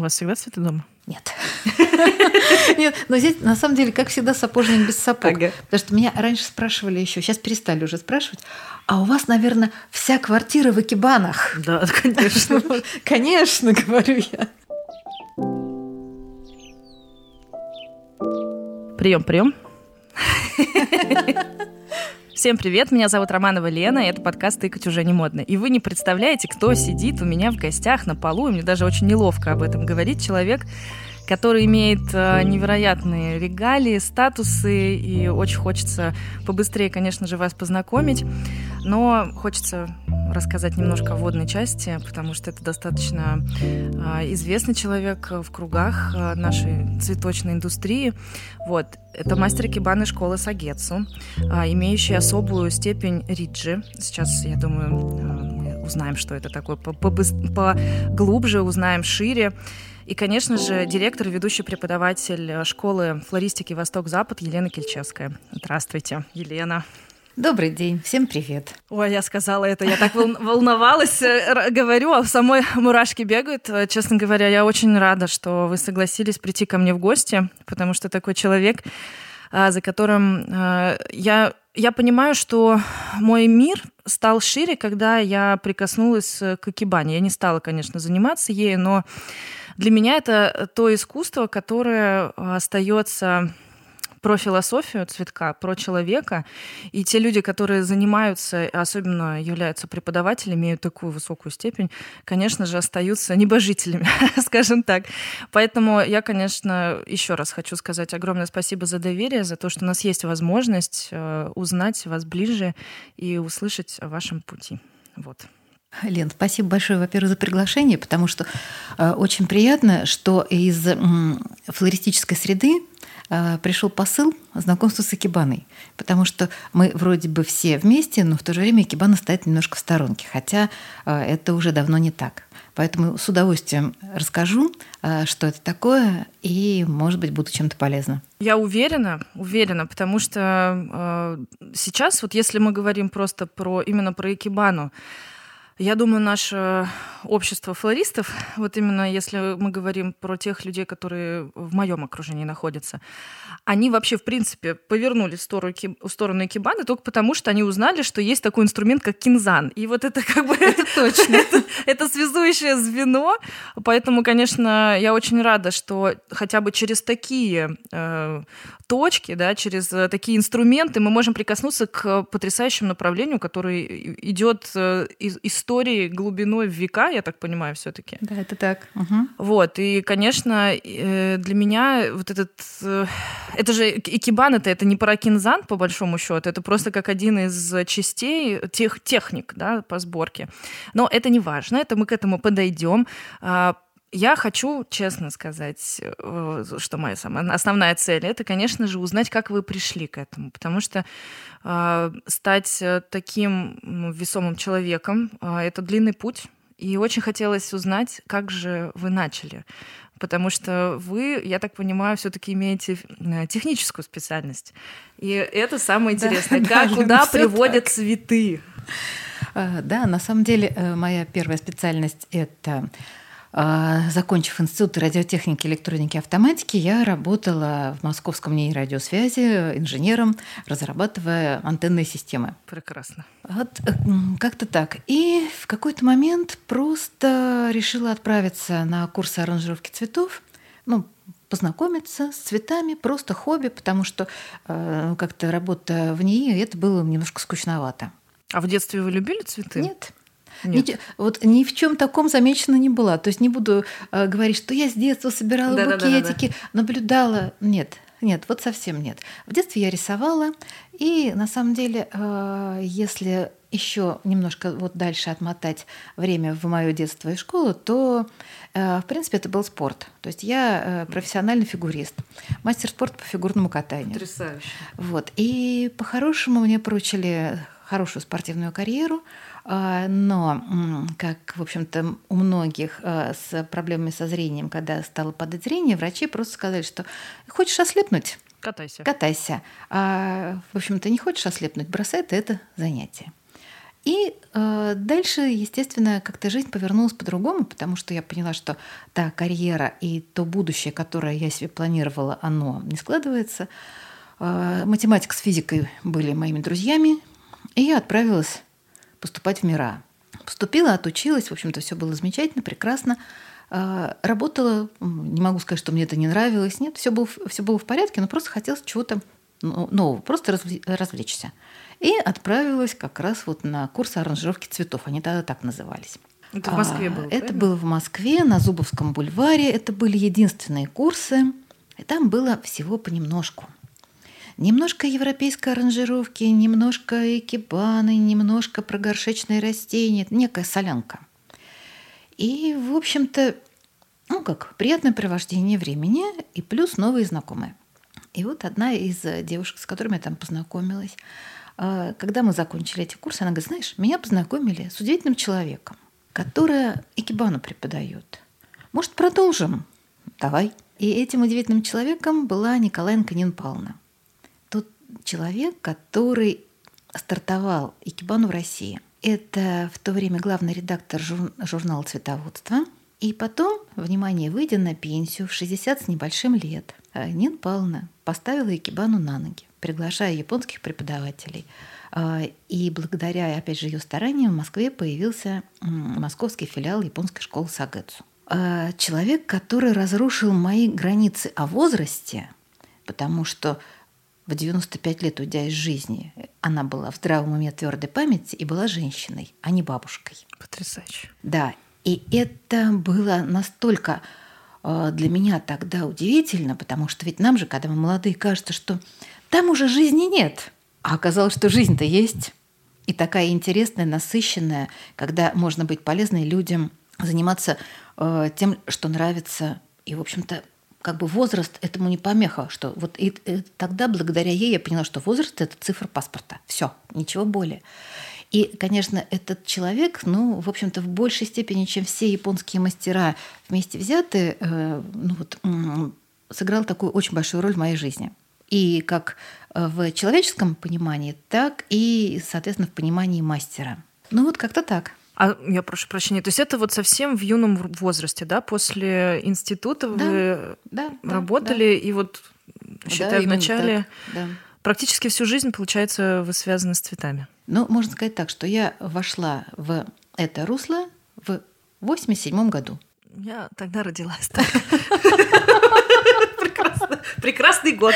вас всегда цветы дома? Нет. Нет, но здесь, на самом деле, как всегда, сапожник без сапог. Потому что меня раньше спрашивали еще, сейчас перестали уже спрашивать, а у вас, наверное, вся квартира в икебанах? Да, конечно. Конечно, говорю я. Прием. Всем привет, меня зовут Романова Лена, и это подкаст «Тыкать уже не модно». И вы не представляете, кто сидит у меня в гостях на полу, и мне даже очень неловко об этом говорить. Человек, который имеет невероятные регалии, статусы, и очень хочется побыстрее, конечно же, вас познакомить. Но хочется рассказать немножко о вводной части, потому что это достаточно известный человек в кругах нашей цветочной индустрии. Вот. Это мастер икебаны школы Сагетсу, имеющий особую степень риджи. Сейчас, я думаю, мы узнаем, что это такое, поглубже, узнаем шире. И, конечно же, директор и ведущий преподаватель школы флористики «Восток-Запад» Елена Кильчевская. Здравствуйте, Елена. Добрый день, всем привет. Ой, я сказала это, я так волновалась, говорю, а самой мурашки бегают. Честно говоря, я очень рада, что вы согласились прийти ко мне в гости, потому что такой человек, за которым я понимаю, что мой мир стал шире, когда я прикоснулась к икебане. Я не стала, конечно, заниматься ею, но для меня это то искусство, которое остается про философию цветка, про человека. И те люди, которые занимаются, особенно являются преподавателями, имеют такую высокую степень, конечно же, остаются небожителями, скажем так. Поэтому я, конечно, еще раз хочу сказать огромное спасибо за доверие, за то, что у нас есть возможность узнать вас ближе и услышать о вашем пути. Вот. Лен, спасибо большое, во-первых, за приглашение, потому что очень приятно, что из флористической среды пришел посыл знакомства с икебаной, потому что мы вроде бы все вместе, но в то же время икебана стоит немножко в сторонке, хотя это уже давно не так. Поэтому с удовольствием расскажу, что это такое, и, может быть, буду чем-то полезна. Я уверена, потому что сейчас, вот если мы говорим просто именно про икебану, я думаю, наше общество флористов, вот именно если мы говорим про тех людей, которые в моем окружении находятся, они вообще, в принципе, повернули в сторону икебаны только потому, что они узнали, что есть такой инструмент, как кинзан. И вот это как бы... Это точно. Это связующее звено. Поэтому, конечно, я очень рада, что хотя бы через такие точки, да, через такие инструменты мы можем прикоснуться к потрясающему направлению, которое идет из истории глубиной в века, я так понимаю, все-таки. Да, это так. Вот, и, конечно, для меня вот это же икебана, это не про кинзан, по большому счету, это просто как один из частей техник, да, по сборке. Но это не важно, это мы к этому подойдем. Я хочу, честно сказать, что моя самая основная цель, это, конечно же, узнать, как вы пришли к этому, потому что стать таким весомым человеком — это длинный путь, и очень хотелось узнать, как же вы начали, потому что вы, я так понимаю, все-таки имеете техническую специальность, и это самое интересное, куда приводят цветы. Да, на самом деле моя первая специальность — это... Закончив Институт радиотехники, электроники и автоматики, я работала в Московском НИИ радиосвязи инженером, разрабатывая антенные системы. Прекрасно. Вот как-то так. И в какой-то момент просто решила отправиться на курсы аранжировки цветов, познакомиться с цветами, просто хобби, потому что как-то работа в НИИ, это было немножко скучновато. А в детстве вы любили цветы? Нет. Нет. Вот ни в чем таком замечена не была. То есть не буду говорить, что я с детства собирала букетики, наблюдала. Нет, вот совсем нет. В детстве я рисовала, и на самом деле, если еще немножко вот дальше отмотать время в мое детство и школу, то, в принципе, это был спорт. То есть я профессиональный фигурист, мастер спорта по фигурному катанию. Потрясающе. Вот. И по-хорошему мне поручили хорошую спортивную карьеру, но, как, в общем-то, у многих с проблемами со зрением, когда стало падать зрение, врачи просто сказали, что хочешь ослепнуть? Катайся. Катайся. А, в общем-то, не хочешь ослепнуть? Бросай ты это занятие. И дальше, естественно, как-то жизнь повернулась по-другому, потому что я поняла, что та карьера и то будущее, которое я себе планировала, оно не складывается. Математика с физикой были моими друзьями, и я отправилась поступать в МИРА. Поступила, отучилась, в общем-то, все было замечательно, прекрасно. Работала, не могу сказать, что мне это не нравилось. Нет, все было в порядке, но просто хотелось чего-то нового, просто развлечься. И отправилась как раз вот на курсы аранжировки цветов. Они тогда так назывались. Это в Москве было? Это было в Москве, на Зубовском бульваре. Это были единственные курсы. И там было всего понемножку. Немножко европейской аранжировки, немножко икебаны, немножко про горшечные растения. Некая солянка. И, в общем-то, приятное провождение времени и плюс новые знакомые. И вот одна из девушек, с которыми я там познакомилась, когда мы закончили эти курсы, она говорит: знаешь, меня познакомили с удивительным человеком, который икебану преподает. Может, продолжим? Давай. И этим удивительным человеком была Николаенко Нина Павловна. Тот человек, который стартовал икебану в России. Это в то время главный редактор журнала «Цветоводство». И потом, внимание, выйдя на пенсию в 60 с небольшим лет, Нина Павловна поставила икебану на ноги, приглашая японских преподавателей. И благодаря, опять же, ее стараниям в Москве появился московский филиал японской школы Сагэцу. Человек, который разрушил мои границы о возрасте, потому что в 95 лет, уйдя из жизни, она была в здравом уме, твердой памяти и была женщиной, а не бабушкой. Потрясающе. Да, и это было настолько для меня тогда удивительно, потому что ведь нам же, когда мы молодые, кажется, что там уже жизни нет. А оказалось, что жизнь-то есть. И такая интересная, насыщенная, когда можно быть полезной людям, заниматься тем, что нравится. И, в общем-то, возраст этому не помеха. Что вот и тогда, благодаря ей, я поняла, что возраст – это цифра паспорта. Все, ничего более. И, конечно, этот человек, в общем-то, в большей степени, чем все японские мастера вместе взятые, сыграл такую очень большую роль в моей жизни. И как в человеческом понимании, так и, соответственно, в понимании мастера. Как-то так. Я прошу прощения, то есть это вот совсем в юном возрасте, да? После института вы работали, и вот, считаю, в начале практически всю жизнь, получается, вы связаны с цветами. Можно сказать так, что я вошла в это русло в 1987 году. Я тогда родилась. Прекрасный год.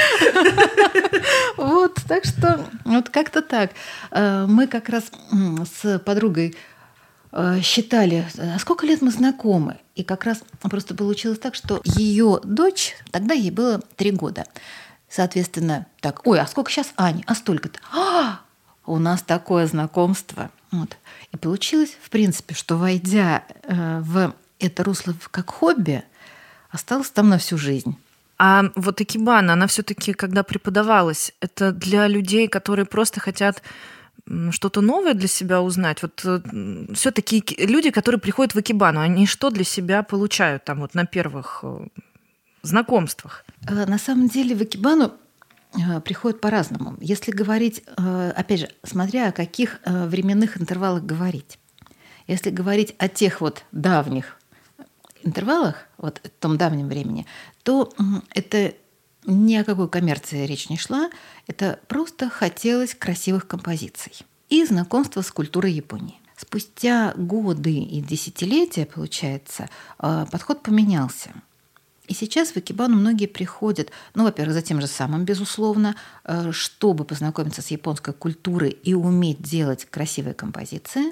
Так что как-то так. Мы как раз с подругой считали, а сколько лет мы знакомы. И как раз просто получилось так, что ее дочь, тогда ей было 3 года. Соответственно, а сколько сейчас Ане? А столько-то. У нас такое знакомство. И получилось, в принципе, что, войдя в это русло как хобби, осталась там на всю жизнь. А вот икебана, она все-таки, когда преподавалась, это для людей, которые просто хотят что-то новое для себя узнать. Все-таки люди, которые приходят в икебану, они что для себя получают там на первых знакомствах? На самом деле в икебану приходят по-разному. Если говорить, опять же, смотря о каких временных интервалах говорить. Если говорить о тех давних интервалах, в том давнем времени, то это ни о какой коммерции речь не шла. Это просто хотелось красивых композиций и знакомства с культурой Японии. Спустя годы и десятилетия, получается, подход поменялся. И сейчас в икебану многие приходят, во-первых, за тем же самым, безусловно, чтобы познакомиться с японской культурой и уметь делать красивые композиции.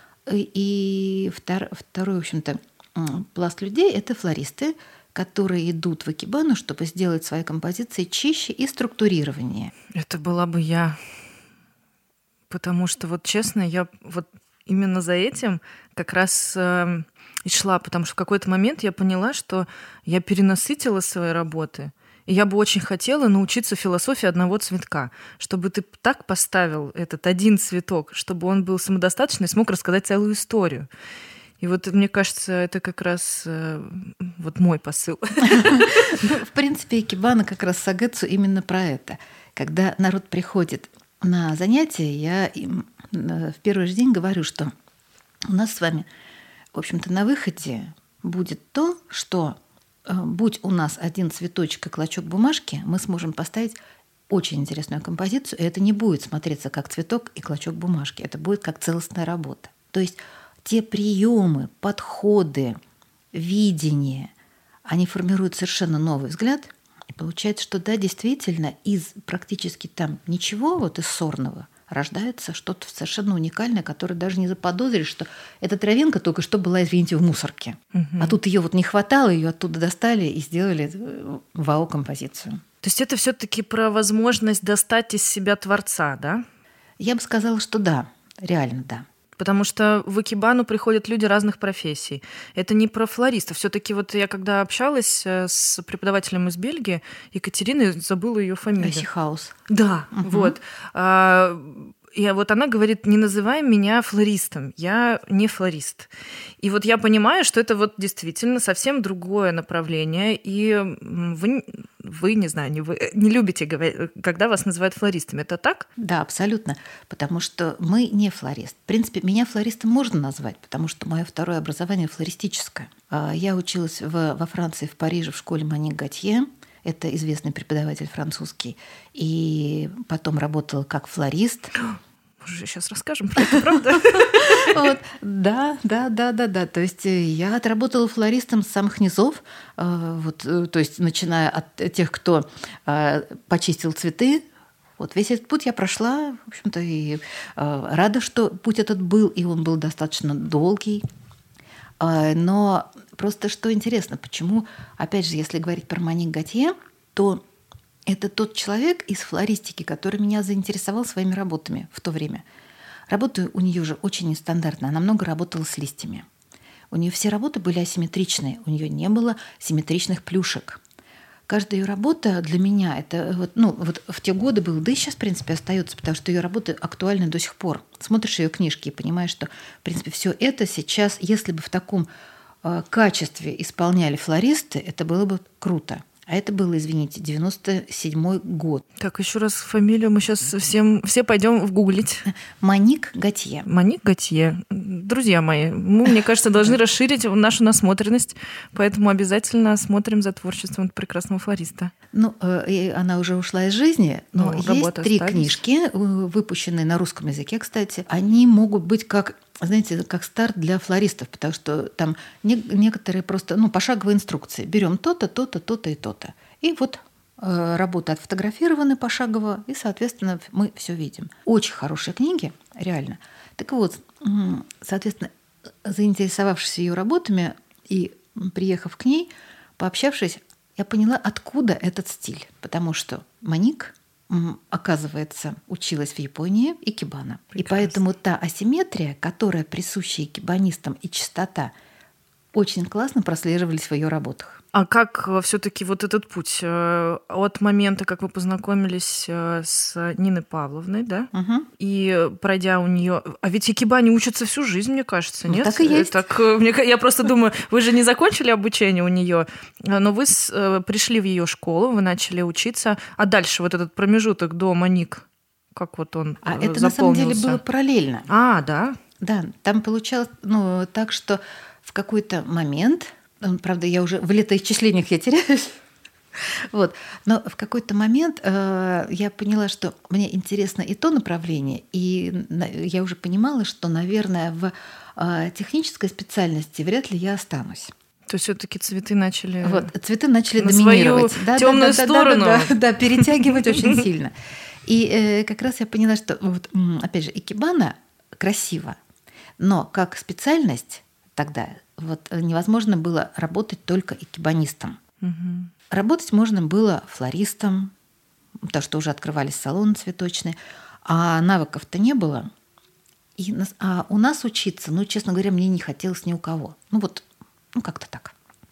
И второй, в общем-то, пласт людей – это флористы, которые идут в икебану, чтобы сделать свои композиции чище и структурированнее. Это была бы я. Потому что, честно, я именно за этим как раз и шла, потому что в какой-то момент я поняла, что я перенасытила свои работы, и я бы очень хотела научиться философии одного цветка, чтобы ты так поставил этот один цветок, чтобы он был самодостаточный и смог рассказать целую историю. И мне кажется, это как раз мой посыл. В принципе, икебана как раз Сагэцу именно про это. Когда народ приходит на занятия, я им в первый же день говорю, что у нас с вами, в общем-то, на выходе будет то, что будь у нас один цветочек и клочок бумажки, мы сможем поставить очень интересную композицию, и это не будет смотреться как цветок и клочок бумажки, это будет как целостная работа. То есть те приемы, подходы, видение, они формируют совершенно новый взгляд, и получается, что да, действительно, из практически там ничего, вот из сорного, рождается что-то совершенно уникальное, которое даже не заподозришь, что эта травинка только что была, извините, в мусорке. А тут ее вот не хватало, ее оттуда достали и сделали вау-композицию. То есть это все-таки про возможность достать из себя творца, да? Я бы сказала, что да, реально да. Потому что в икебану приходят люди разных профессий. Это не про флористов. Все-таки вот я когда общалась с преподавателем из Бельгии, Екатериной, забыла ее фамилию. Сихаус. Да, вот. И вот она говорит, не называй меня флористом, я не флорист. И вот я понимаю, что это вот действительно совсем другое направление, и вы не знаю, не любите, когда вас называют флористами, это так? Да, абсолютно, потому что мы не флорист. В принципе, меня флористом можно назвать, потому что мое второе образование флористическое. Я училась во Франции, в Париже, в школе Моник Готье. Это известный преподаватель французский. И потом работала как флорист. Мы же сейчас расскажем про это, правда? Да. То есть я отработала флористом с самых низов, то есть начиная от тех, кто почистил цветы. Вот весь этот путь я прошла, в общем-то, и рада, что путь этот был, и он был достаточно долгий. Но просто что интересно, почему, опять же, если говорить про Моник Готье, то это тот человек из флористики, который меня заинтересовал своими работами в то время. Работа у нее же очень нестандартная. Она много работала с листьями. У нее все работы были асимметричные. У нее не было симметричных плюшек. Каждая ее работа для меня, это вот в те годы было, да и сейчас, в принципе, остается, потому что ее работы актуальны до сих пор. Смотришь ее книжки и понимаешь, что, в принципе, все это сейчас, если бы в таком качестве исполняли флористы, это было бы круто. А это было, извините, 97-й год. Так, еще раз фамилию мы сейчас все пойдем вгуглить. Моник Готье. Моник Готье. Друзья мои, мы, мне кажется, должны расширить нашу насмотренность, поэтому обязательно смотрим за творчеством прекрасного флориста. Она уже ушла из жизни, но есть 3 книжки, выпущенные на русском языке, кстати. Они могут быть как старт для флористов, потому что там некоторые просто, пошаговые инструкции. Берем то-то, то-то, то-то и то-то. И вот работы отфотографированы пошагово, и, соответственно, мы все видим. Очень хорошие книги, реально. Так вот, соответственно, заинтересовавшись ее работами и приехав к ней, пообщавшись, я поняла, откуда этот стиль. Потому что Моник, оказывается, училась в Японии икебана. И поэтому та асимметрия, которая присуща икебанистам, и чистота, очень классно прослеживались в ее работах. А как все-таки вот этот путь от момента, как вы познакомились с Ниной Павловной, да? Угу. И пройдя у нее, а ведь икебане учатся всю жизнь, мне кажется, нет? Так и есть. Я просто думаю, вы же не закончили обучение у нее, но вы пришли в ее школу, вы начали учиться, а дальше вот этот промежуток до Моник, как вот он заполнился? Это на самом деле было параллельно. Да? Да, там получалось так, что в какой-то момент, правда, я уже в летоисчислениях я теряюсь, но в какой-то момент я поняла, что мне интересно и то направление, и я уже понимала, что, наверное, в технической специальности вряд ли я останусь. То есть все-таки цветы начали доминировать. Свою темную сторону. Да, перетягивать очень сильно. И как раз я поняла, что, опять же, икебана красиво, но как специальность тогда невозможно было работать только икебанистом. Угу. Работать можно было флористом, потому что уже открывались салоны цветочные, а навыков-то не было. А у нас учиться, честно говоря, мне не хотелось ни у кого. Как-то так.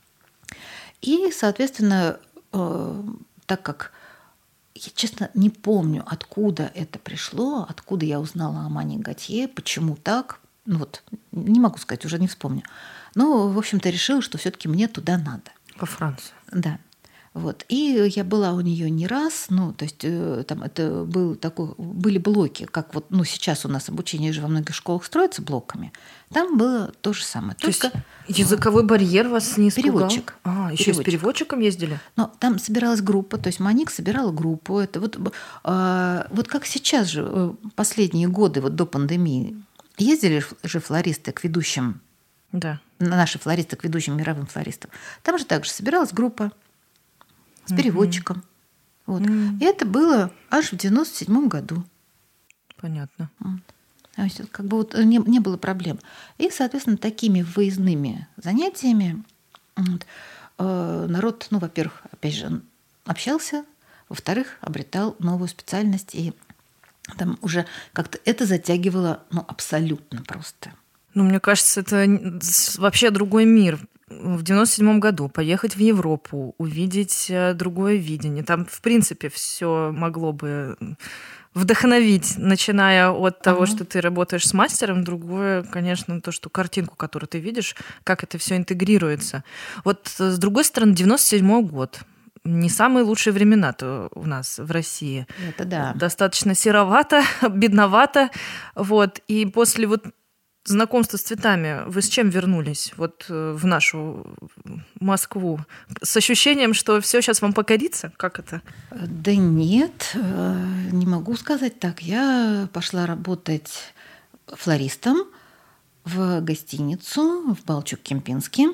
И, соответственно, так как я, честно, не помню, откуда это пришло, откуда я узнала о Моник Готье, почему так, не могу сказать, уже не вспомню. Но, в общем-то, решила, что все-таки мне туда надо. Во Францию. Да. Вот. И я была у нее не раз, то есть там это были блоки, как вот, сейчас у нас обучение же во многих школах строится блоками. Там было то же самое. То есть языковой барьер вас не испугал? Переводчик. Еще и с переводчиком ездили? Но там собиралась группа, то есть Моник собирала группу. Это вот как сейчас же, последние годы, вот до пандемии, ездили же флористы к ведущим, да. Наши флористы к ведущим мировым флористам. Там же также собиралась группа с переводчиком. Вот. И это было аж в 97 году. Понятно. Вот. То есть как бы вот не было проблем. И, соответственно, такими выездными занятиями народ, во-первых, опять же, общался, во-вторых, обретал новую специальность, и там уже как-то это затягивало, абсолютно просто. Мне кажется, это вообще другой мир. В 97 году поехать в Европу, увидеть другое видение. Там, в принципе, все могло бы вдохновить, начиная от того, что ты работаешь с мастером, другое, конечно, то, что картинку, которую ты видишь, как это все интегрируется. Вот с другой стороны, 97 год. Не самые лучшие времена-то у нас в России. Это да. Достаточно серовато, бедновато. Вот. И после знакомства с цветами вы с чем вернулись в нашу Москву? С ощущением, что все сейчас вам покорится? Как это? Да нет, не могу сказать так. Я пошла работать флористом в гостиницу в Балчуг-Кемпинске.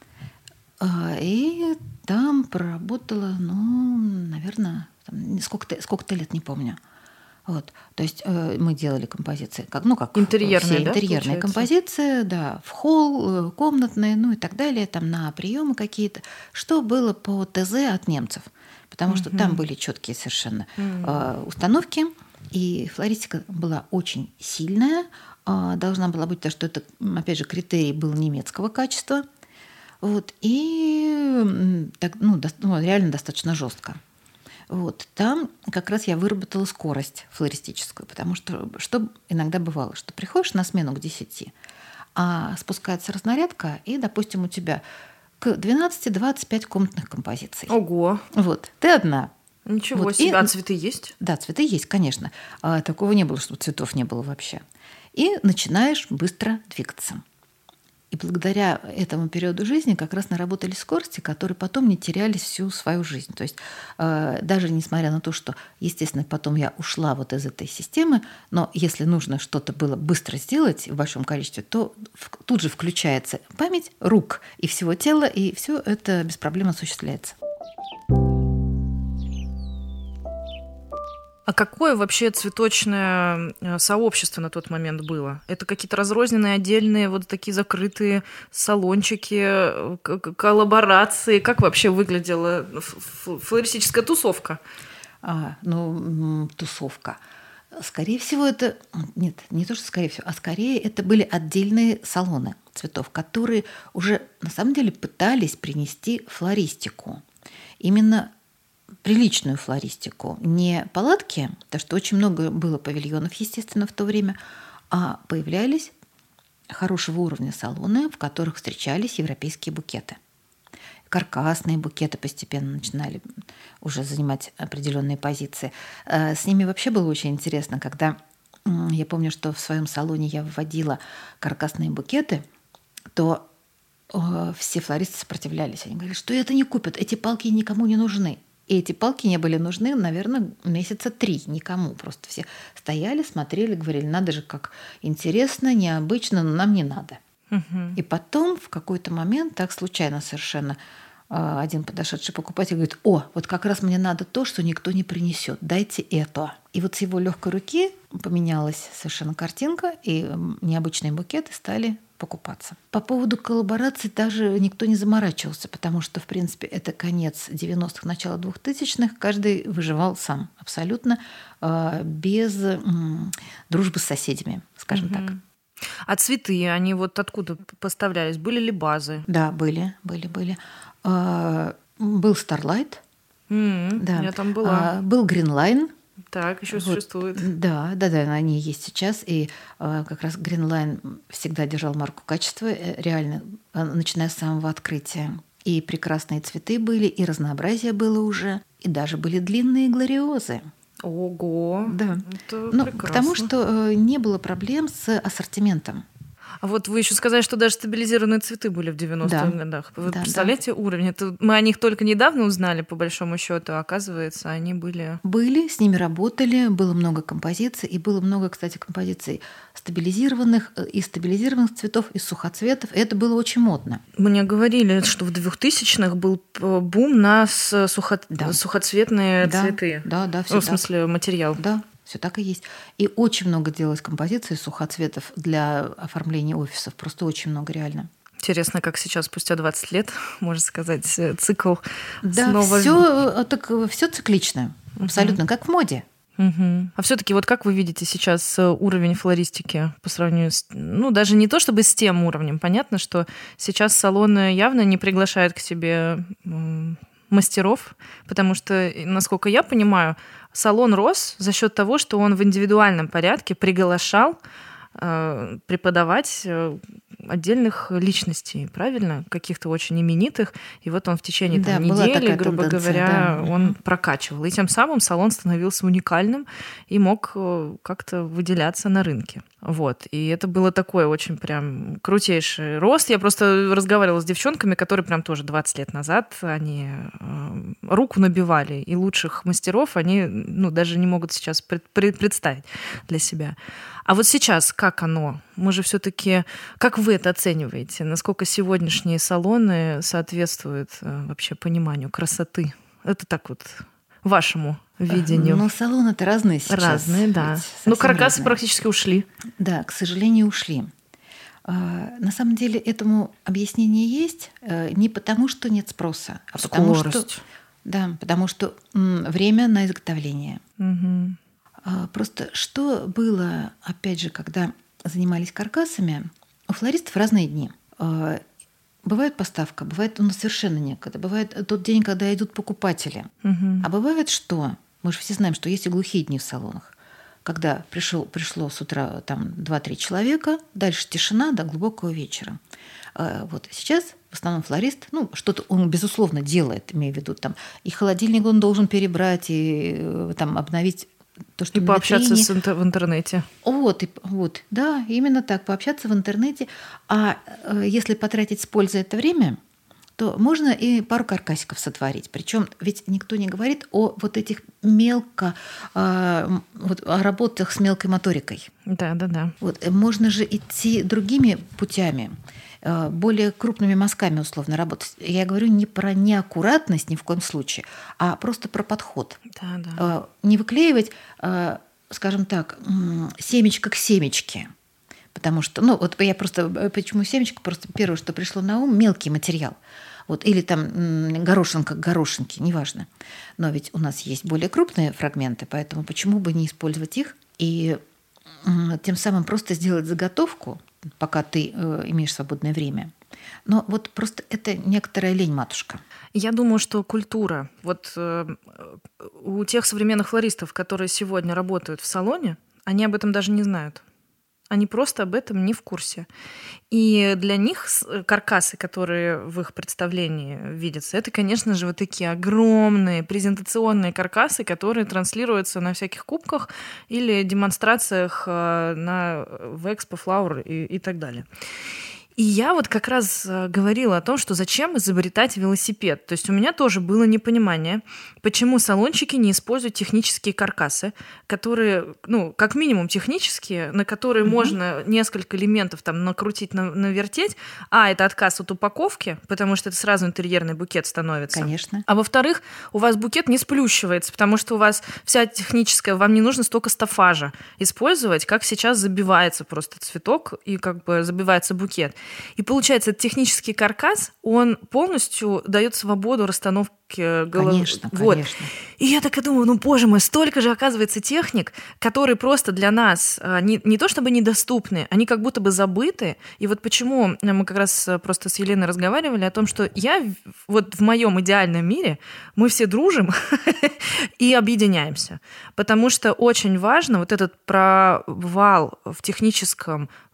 И там проработала, наверное, сколько-то лет, не помню. Вот. То есть мы делали композиции, как интерьерные, все интерьерные композиции, да, в холл, комнатные, и так далее, там на приемы какие-то, что было по ТЗ от немцев, потому что там были четкие совершенно установки, и флористика была очень сильная, должна была быть, потому что это, опять же, критерий был немецкого качества, вот, и так, реально достаточно жестко. Вот. Там как раз я выработала скорость флористическую, потому что иногда бывало, что приходишь на смену к 10, а спускается разнарядка, и, допустим, у тебя к 12 25 комнатных композиций. Ого! Вот. Ты одна. Ничего себе. А цветы есть? Да, цветы есть, конечно. Такого не было, чтобы цветов не было вообще. И начинаешь быстро двигаться. И благодаря этому периоду жизни как раз наработали скорости, которые потом не терялись всю свою жизнь. То есть даже несмотря на то, что, естественно, потом я ушла из этой системы, но если нужно что-то было быстро сделать в большом количестве, то тут же включается память рук и всего тела, и все это без проблем осуществляется. А какое вообще цветочное сообщество на тот момент было? Это какие-то разрозненные, отдельные, такие закрытые салончики, коллаборации? Как вообще выглядела флористическая тусовка? Тусовка. Скорее всего, это... Нет, не то, что скорее всего, а скорее это были отдельные салоны цветов, которые уже на самом деле пытались принести флористику. Именно приличную флористику. Не палатки, потому что очень много было павильонов, естественно, в то время, а появлялись хорошего уровня салоны, в которых встречались европейские букеты. Каркасные букеты постепенно начинали уже занимать определенные позиции. С ними вообще было очень интересно, когда я помню, что в своем салоне я вводила каркасные букеты, то все флористы сопротивлялись. Они говорили, что это не купят, эти палки никому не нужны. И эти палки не были нужны, наверное, месяца 3 никому. Просто все стояли, смотрели, говорили, надо же, как интересно, необычно, но нам не надо. И потом в какой-то момент, так случайно совершенно, один подошедший покупатель говорит, вот как раз мне надо то, что никто не принесет, дайте это. И с его легкой руки поменялась совершенно картинка, и необычные букеты стали покупаться. По поводу коллабораций даже никто не заморачивался, потому что, в принципе, это конец 90-х, начало 2000-х. Каждый выживал сам абсолютно, без дружбы с соседями, скажем так. А цветы, они откуда поставлялись? Были ли базы? Да, были. Был Starlight. Да. Я там была. Был Greenline. Так, еще существует. Да, они есть сейчас. И как раз Greenline всегда держал марку качества, реально, начиная с самого открытия. И прекрасные цветы были, и разнообразие было уже, и даже были длинные глориозы. Ого! Да. Это ну, прекрасно. Потому что не было проблем с ассортиментом. А вот вы еще сказали, что даже стабилизированные цветы были в 90-х годах. Вы представляете уровень? Это мы о них только недавно узнали, по большому счету, а оказывается, они были... Были, с ними работали, было много композиций, и было много, кстати, композиций стабилизированных, из стабилизированных цветов, из сухоцветов, и это было очень модно. Мне говорили, что в 2000-х был бум на сухоцветные цветы. Да, все в смысле, материал. Да. Все так и есть. И очень много делалось композиций сухоцветов для оформления офисов. Просто очень много, реально. Интересно, как сейчас, спустя 20 лет, можно сказать, цикл снова... Да, все циклично. Абсолютно, как в моде. А все-таки вот как вы видите сейчас уровень флористики по сравнению с... Ну, даже не то чтобы с тем уровнем. Понятно, что сейчас салоны явно не приглашают к себе мастеров, потому что, насколько я понимаю, салон рос за счет того, что он в индивидуальном порядке приглашал преподавать отдельных личностей, правильно? Каких-то очень именитых. И вот он в течение недели, грубо говоря, он прокачивал. И тем самым салон становился уникальным и мог как-то выделяться на рынке. Вот. И это было такой очень прям крутейший рост. Я просто разговаривала с девчонками, которые прям тоже 20 лет назад, они руку набивали. И лучших мастеров они даже не могут сейчас представить для себя. А вот сейчас как оно? Мы же все-таки... Как вы это оцениваете? Насколько сегодняшние салоны соответствуют вообще пониманию красоты? Это так вот вашему видению. Но салоны-то разные сейчас. Разные, да. Но каркасы разные. Практически ушли. Да, к сожалению, ушли. На самом деле этому объяснение есть не потому, что нет спроса, а потому что... Да, потому что время на изготовление. Угу. Просто что было, опять же, когда занимались каркасами, у флористов разные дни. Бывает поставка, бывает совершенно некогда, бывает тот день, когда идут покупатели. Угу. А бывает что? Мы же все знаем, что есть и глухие дни в салонах. Когда пришло с утра там 2-3 человека, дальше тишина до глубокого вечера. Вот сейчас в основном флорист, что-то он, безусловно, делает, имею в виду, там, и холодильник он должен перебрать, и там обновить то, что и пообщаться в интернете. Вот, да, именно так, пообщаться в интернете. А если потратить с пользой это время, то можно и пару каркасиков сотворить. Причем ведь никто не говорит о вот этих о работах с мелкой моторикой. Да. Вот, можно же идти другими путями, более крупными мазками условно работать. Я говорю не про неаккуратность ни в коем случае, а просто про подход. Да. Не выклеивать, скажем так, семечко к семечке. Потому что, вот я просто, почему семечко, просто первое, что пришло на ум, мелкий материал. Вот, или там горошинка к горошинке, неважно. Но ведь у нас есть более крупные фрагменты, поэтому почему бы не использовать их и тем самым просто сделать заготовку, пока ты имеешь свободное время. Но вот просто это некоторая лень, матушка. Я думаю, что культура. Вот у тех современных флористов, которые сегодня работают в салоне, они об этом даже не знают. Они просто об этом не в курсе. И для них каркасы, которые в их представлении видятся, это, конечно же, вот такие огромные презентационные каркасы, которые транслируются на всяких кубках или демонстрациях в Expo Flower и так далее. И я вот как раз говорила о том, что зачем изобретать велосипед. То есть у меня тоже было непонимание, почему салончики не используют технические каркасы, которые, как минимум технические, на которые можно несколько элементов там накрутить, навертеть. Это отказ от упаковки, потому что это сразу интерьерный букет становится. Конечно. А во-вторых, у вас букет не сплющивается, потому что у вас вся техническая, вам не нужно столько стафажа использовать, как сейчас забивается просто цветок и как бы забивается букет. И получается, этот технический каркас, он полностью дает свободу расстановки головы. Конечно, конечно. И я так и думаю, боже мой, столько же, оказывается, техник, которые просто для нас не то чтобы недоступны, они как будто бы забыты. И вот почему мы как раз просто с Еленой разговаривали о том, что вот в моем идеальном мире мы все дружим и объединяемся. Потому что очень важно вот этот провал в техническом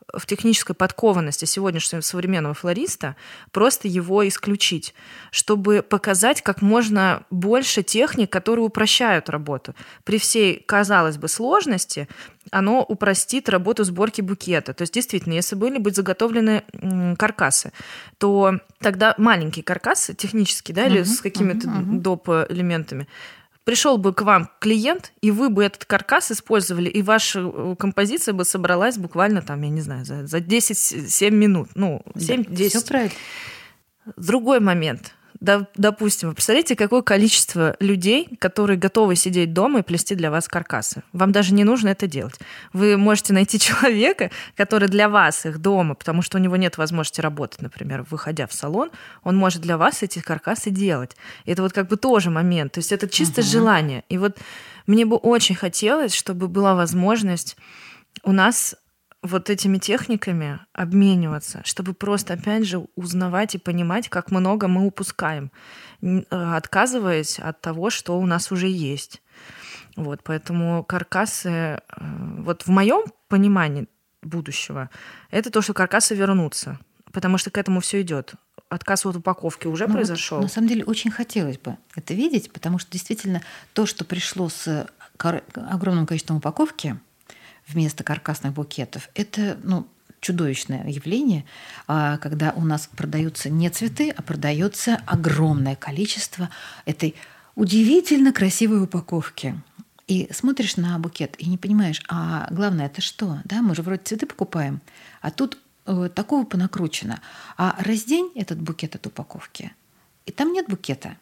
в технической подкованности сегодняшнего современного флориста просто его исключить, чтобы показать как можно больше техник, которые упрощают работу. При всей, казалось бы, сложности оно упростит работу сборки букета. То есть действительно, если были бы заготовлены каркасы, то тогда маленькие каркасы технические, да, или с какими-то доп. Элементами, пришел бы к вам клиент, и вы бы этот каркас использовали, и ваша композиция бы собралась буквально там, я не знаю, за 10-7 минут. Ну, 7-10. Да, всё правильно. Другой момент. Допустим, вы представляете, какое количество людей, которые готовы сидеть дома и плести для вас каркасы. Вам даже не нужно это делать. Вы можете найти человека, который для вас их дома, потому что у него нет возможности работать, например, выходя в салон, он может для вас эти каркасы делать. И это вот как бы тоже момент. То есть это чисто желание. И вот мне бы очень хотелось, чтобы была возможность у нас вот этими техниками обмениваться, чтобы просто, опять же, узнавать и понимать, как много мы упускаем, отказываясь от того, что у нас уже есть. Вот, поэтому каркасы, вот в моем понимании будущего, это то, что каркасы вернутся, потому что к этому все идет. Отказ от упаковки уже произошел. Вот, на самом деле очень хотелось бы это видеть, потому что действительно то, что пришло с огромным количеством упаковки, вместо каркасных букетов. Это чудовищное явление, когда у нас продаются не цветы, а продается огромное количество этой удивительно красивой упаковки. И смотришь на букет и не понимаешь, а главное это что? Да, мы же вроде цветы покупаем, а тут такого понакручено. А раздень этот букет от упаковки, и там нет букета.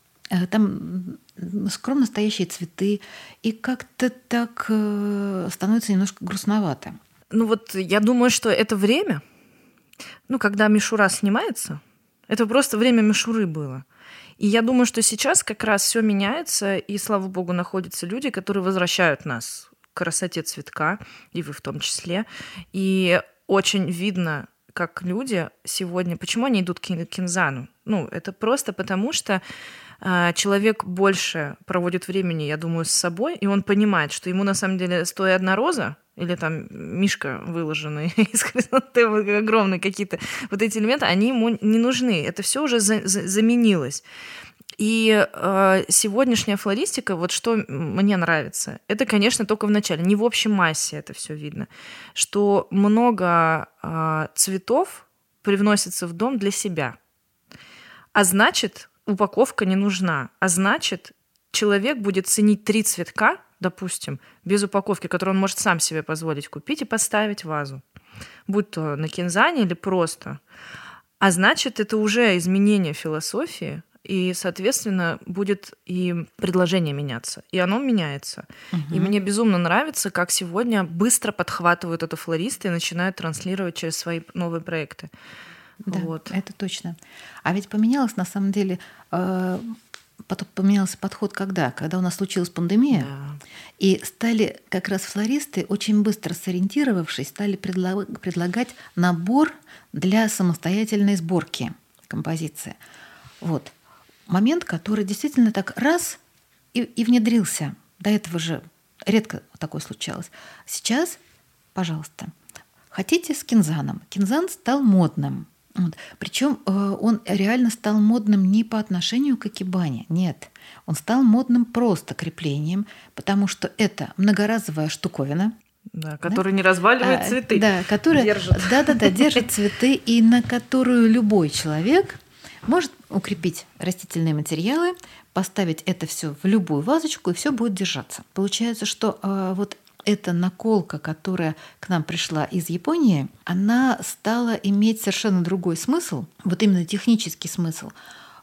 Там скромно стоящие цветы, и как-то так становится немножко грустновато. Ну вот я думаю, что это время, когда мишура снимается, это просто время мишуры было. И я думаю, что сейчас как раз все меняется, и, слава богу, находятся люди, которые возвращают нас к красоте цветка, и вы в том числе. И очень видно, как люди сегодня... Почему они идут к кинзану? Это просто потому, что человек больше проводит времени, я думаю, с собой, и он понимает, что ему на самом деле стоит одна роза, или там мишка, выложенный из хризантемы, огромные какие-то вот эти элементы, они ему не нужны. Это все уже заменилось. И сегодняшняя флористика, вот что мне нравится, это, конечно, только в начале, не в общей массе это все видно, что много цветов привносится в дом для себя. А значит, упаковка не нужна. А значит, человек будет ценить 3 цветка, допустим, без упаковки, которые он может сам себе позволить купить и поставить в вазу. Будь то на кинзане или просто. А значит, это уже изменение философии, и, соответственно, будет и предложение меняться. И оно меняется. И мне безумно нравится, как сегодня быстро подхватывают это флористы и начинают транслировать через свои новые проекты. Да, вот. Это точно. А ведь поменялось, на самом деле, поменялся подход когда? Когда у нас случилась пандемия, да. И стали как раз флористы, очень быстро сориентировавшись, стали предлагать набор для самостоятельной сборки композиции. Вот. Момент, который действительно так раз и внедрился. До этого же редко такое случалось. Сейчас, пожалуйста, хотите с кинзаном? Кинзан стал модным. Вот. Причем он реально стал модным не по отношению к икебане, нет. Он стал модным просто креплением, потому что это многоразовая штуковина. Да, которая не разваливает цветы. Да, которая держит цветы, и на которую любой человек может укрепить растительные материалы, поставить это все в любую вазочку, и все будет держаться. Получается, что вот эта наколка, которая к нам пришла из Японии, она стала иметь совершенно другой смысл, вот именно технический смысл,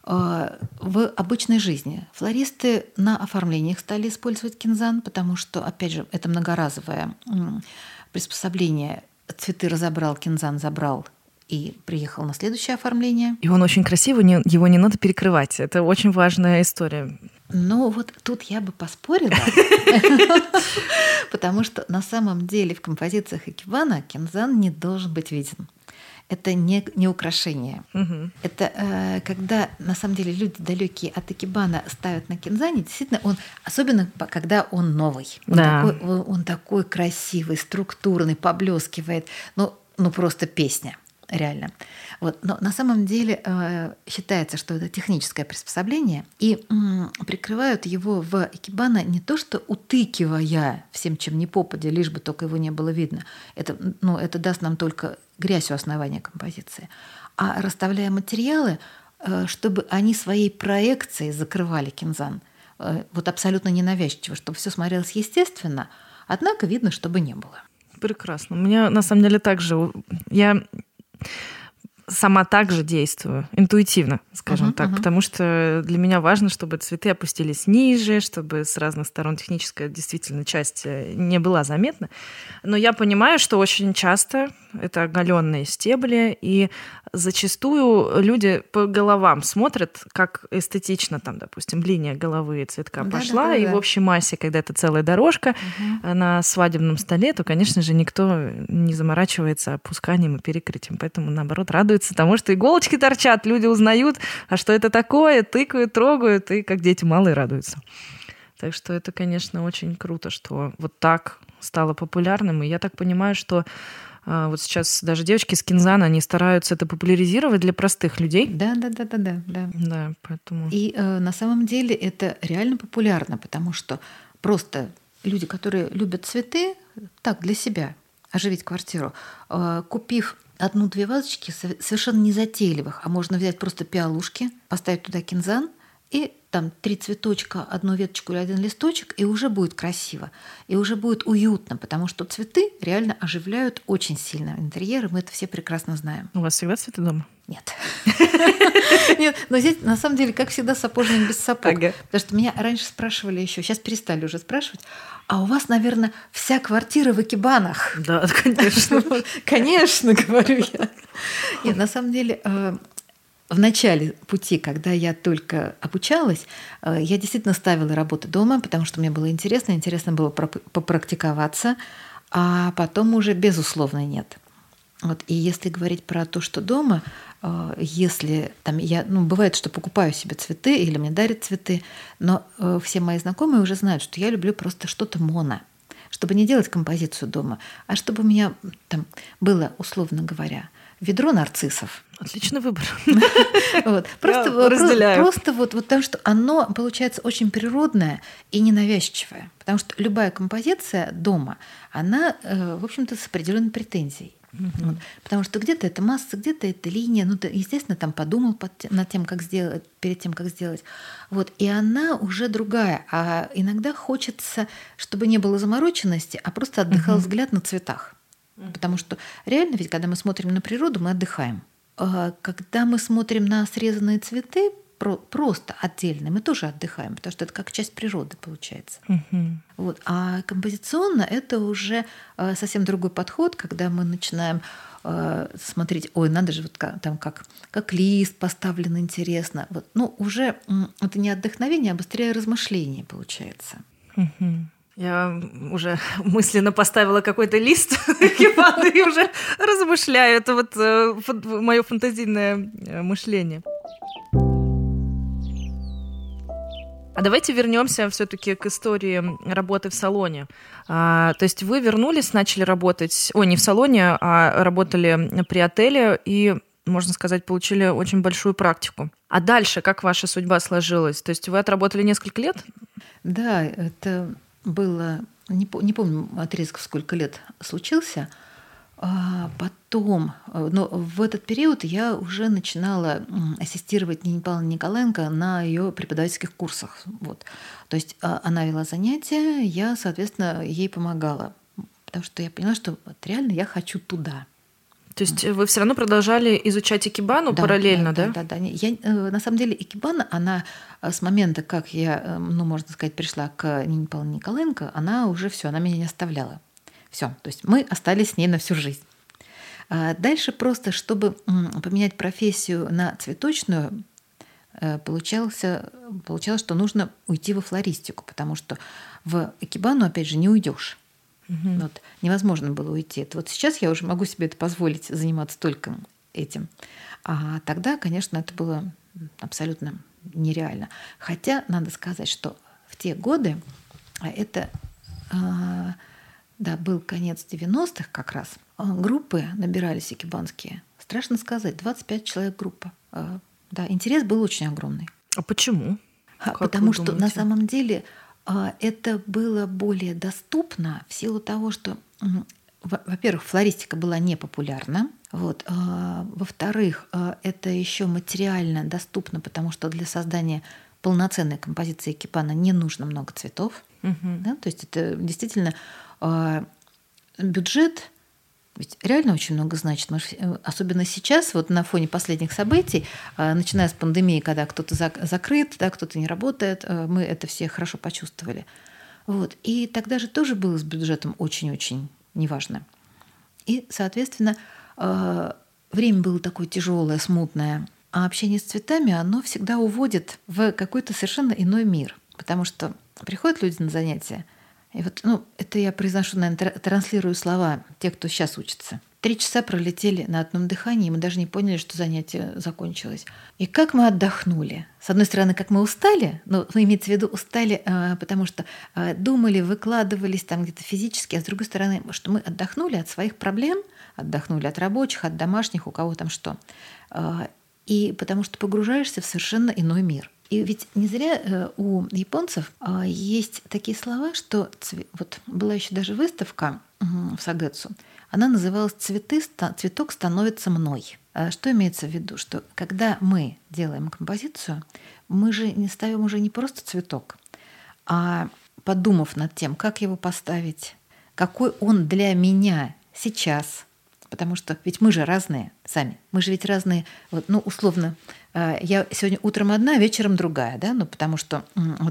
в обычной жизни. Флористы на оформлениях стали использовать кинзан, потому что, опять же, это многоразовое приспособление. Цветы разобрал, кинзан забрал и приехал на следующее оформление. И он очень красивый, его не надо перекрывать. Это очень важная история. Ну вот тут я бы поспорила, потому что на самом деле в композициях икебана кинзан не должен быть виден. Это не украшение. Это когда на самом деле люди, далекие от икебана, ставят на кинзане, действительно, он, особенно когда он новый. Он такой красивый, структурный, поблескивает. Но просто песня. Реально. Вот. Но на самом деле считается, что это техническое приспособление, и прикрывают его в икебана не то, что утыкивая всем, чем ни попадя, лишь бы только его не было видно. Это даст нам только грязь у основания композиции. А расставляя материалы, чтобы они своей проекцией закрывали кинзан. Вот абсолютно ненавязчиво, чтобы все смотрелось естественно, однако видно, чтобы не было. Прекрасно. У меня на самом деле так же... Я сама также действую, интуитивно, скажем так, потому что для меня важно, чтобы цветы опустились ниже, чтобы с разных сторон техническая действительно часть не была заметна. Но я понимаю, что очень часто это оголенные стебли, и зачастую люди по головам смотрят, как эстетично там, допустим, линия головы цветка пошла, и в общей массе, когда это целая дорожка на свадебном столе, то, конечно же, никто не заморачивается опусканием и перекрытием. Поэтому, наоборот, радуется тому, что иголочки торчат, люди узнают, а что это такое, тыкают, трогают, и как дети малые радуются. Так что это, конечно, очень круто, что вот так стало популярным. И я так понимаю, что вот сейчас даже девочки с кинзана, они стараются это популяризировать для простых людей. Да. Да, поэтому... И на самом деле это реально популярно, потому что просто люди, которые любят цветы, так, для себя, оживить квартиру, купив 1-2 вазочки совершенно незатейливых, а можно взять просто пиалушки, поставить туда кинзан, и там 3 цветочка, 1 веточку или 1 листочек, и уже будет красиво, и уже будет уютно, потому что цветы реально оживляют очень сильно интерьер, и мы это все прекрасно знаем. У вас всегда цветы дома? Нет. Нет, но здесь на самом деле, как всегда, сапожник без сапог. Потому что меня раньше спрашивали еще, сейчас перестали уже спрашивать, а у вас, наверное, вся квартира в икебанах? Да, конечно. Конечно, говорю я. Нет, на самом деле... В начале пути, когда я только обучалась, я действительно ставила работу дома, потому что мне было интересно было попрактиковаться, а потом уже безусловно нет. Вот. И если говорить про то, что дома, если там я, бывает, что покупаю себе цветы или мне дарят цветы, но все мои знакомые уже знают, что я люблю просто что-то моно, чтобы не делать композицию дома, а чтобы у меня там было, условно говоря, ведро нарциссов. Отличный выбор. Просто вот потому что оно получается очень природное и ненавязчивое. Потому что любая композиция дома, она, в общем-то, с определенной претензией. Вот. Потому что где-то это масса, где-то это линия. Ты, естественно, там подумал над тем, как сделать, перед тем, как сделать. Вот. И она уже другая. А иногда хочется, чтобы не было замороченности, а просто отдыхал взгляд на цветах. Потому что реально, ведь когда мы смотрим на природу, мы отдыхаем. Когда мы смотрим на срезанные цветы, просто отдельно, мы тоже отдыхаем, потому что это как часть природы получается. Вот. А композиционно это уже совсем другой подход, когда мы начинаем смотреть, ой, надо же, вот там как лист поставлен интересно. Вот. Уже это не отдохновение, а быстрее размышление получается. Я уже мысленно поставила какой-то лист и уже размышляю. Это вот мое фантазийное мышление. А давайте вернемся все-таки к истории работы в салоне. То есть вы вернулись, начали работать, не в салоне, а работали при отеле и, можно сказать, получили очень большую практику. А дальше как ваша судьба сложилась? То есть вы отработали несколько лет? Да, это было, не помню отрезков, сколько лет случился. Потом, но в этот период я уже начинала ассистировать Нине Павловне Николаенко на ее преподавательских курсах. Вот. То есть она вела занятия, я, соответственно, ей помогала, потому что я поняла, что вот реально я хочу туда. То есть вы все равно продолжали изучать икебану параллельно, да? Да. Я, на самом деле икебана, она с момента, как я, можно сказать, пришла к Нине Павловне Николаенко, она уже все, она меня не оставляла. Все, то есть мы остались с ней на всю жизнь. Дальше просто, чтобы поменять профессию на цветочную, получалось, что нужно уйти во флористику, потому что в икебану, опять же, не уйдешь. Вот, невозможно было уйти. Вот сейчас я уже могу себе это позволить, заниматься только этим. А тогда, конечно, это было абсолютно нереально. Хотя надо сказать, что в те годы, это был конец 90-х как раз, Группы набирались икебанские. Страшно сказать, 25 человек группа. Да, интерес был очень огромный. А почему? Потому что на самом деле это было более доступно в силу того, что, во-первых, флористика была непопулярна. Вот. Во-вторых, это еще материально доступно, потому что для создания полноценной композиции икебана не нужно много цветов. Да? То есть это действительно бюджет ведь реально очень много значит. Особенно сейчас, вот на фоне последних событий, начиная с пандемии, когда кто-то закрыт, да, кто-то не работает, мы это все хорошо почувствовали. Вот. И тогда же тоже было с бюджетом очень-очень неважно. И, соответственно, время было такое тяжелое, смутное. А общение с цветами, оно всегда уводит в какой-то совершенно иной мир. Потому что приходят люди на занятия, и вот, это я произношу, наверное, транслирую слова тех, кто сейчас учится. 3 часа пролетели на одном дыхании, и мы даже не поняли, что занятие закончилось. И как мы отдохнули. С одной стороны, как мы устали, имеется в виду устали, потому что думали, выкладывались там где-то физически, а с другой стороны, что мы отдохнули от своих проблем, отдохнули от рабочих, от домашних, у кого там что. И потому что погружаешься в совершенно иной мир. И ведь не зря у японцев есть такие слова, что вот была еще даже выставка в Сагэцу, она называлась «Цветок становится мной». Что имеется в виду? Что когда мы делаем композицию, мы же не ставим уже не просто цветок, а подумав над тем, как его поставить, какой он для меня сейчас. Потому что ведь мы же разные сами. Мы же ведь разные, условно, я сегодня утром одна, вечером другая, да, потому что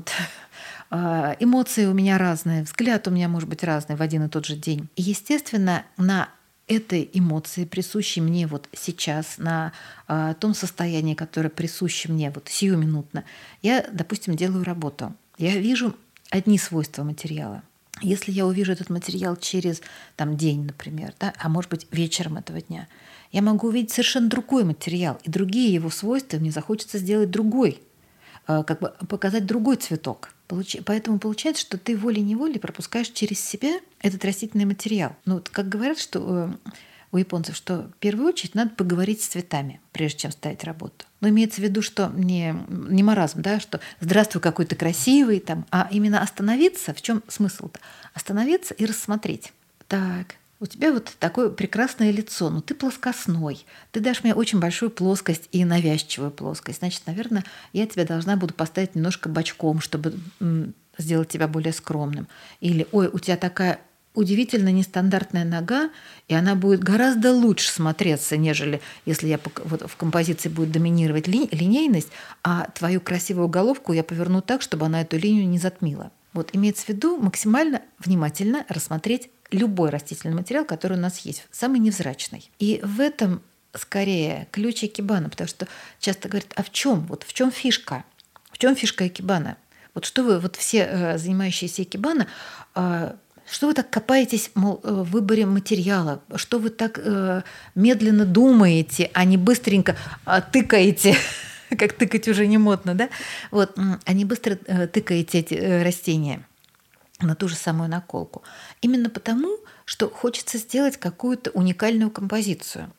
эмоции у меня разные, взгляд у меня может быть разный в один и тот же день. И, естественно, на этой эмоции, присущей мне вот сейчас, на том состоянии, которое присуще мне вот сиюминутно, я, допустим, делаю работу. Я вижу одни свойства материала. Если я увижу этот материал через день, например, да, а может быть вечером этого дня, я могу увидеть совершенно другой материал, и другие его свойства, мне захочется сделать другой, показать другой цветок. Поэтому получается, что ты волей-неволей пропускаешь через себя этот растительный материал. Как говорят, что у японцев, что в первую очередь надо поговорить с цветами, прежде чем ставить работу. Но имеется в виду, что не маразм, да, что «здравствуй, какой ты красивый», а именно остановиться. В чем смысл-то? Остановиться и рассмотреть. Так, у тебя вот такое прекрасное лицо, но ты плоскостной. Ты дашь мне очень большую плоскость и навязчивую плоскость. Значит, наверное, я тебя должна буду поставить немножко бочком, чтобы сделать тебя более скромным. Или «ой, у тебя такая удивительно нестандартная нога, и она будет гораздо лучше смотреться, нежели если в композиции будет доминировать линейность, а твою красивую головку я поверну так, чтобы она эту линию не затмила». Вот имеется в виду максимально внимательно рассмотреть любой растительный материал, который у нас есть, самый невзрачный. И в этом скорее ключ икебана, потому что часто говорят, а в чем фишка? В чем фишка икебана? Вот что вы, все занимающиеся икебана, что вы так копаетесь в выборе материала? Что вы так медленно думаете, а не быстренько тыкаете, как тыкать уже не модно, да? А не быстро тыкаете эти растения на ту же самую наколку. Именно потому, что хочется сделать какую-то уникальную композицию,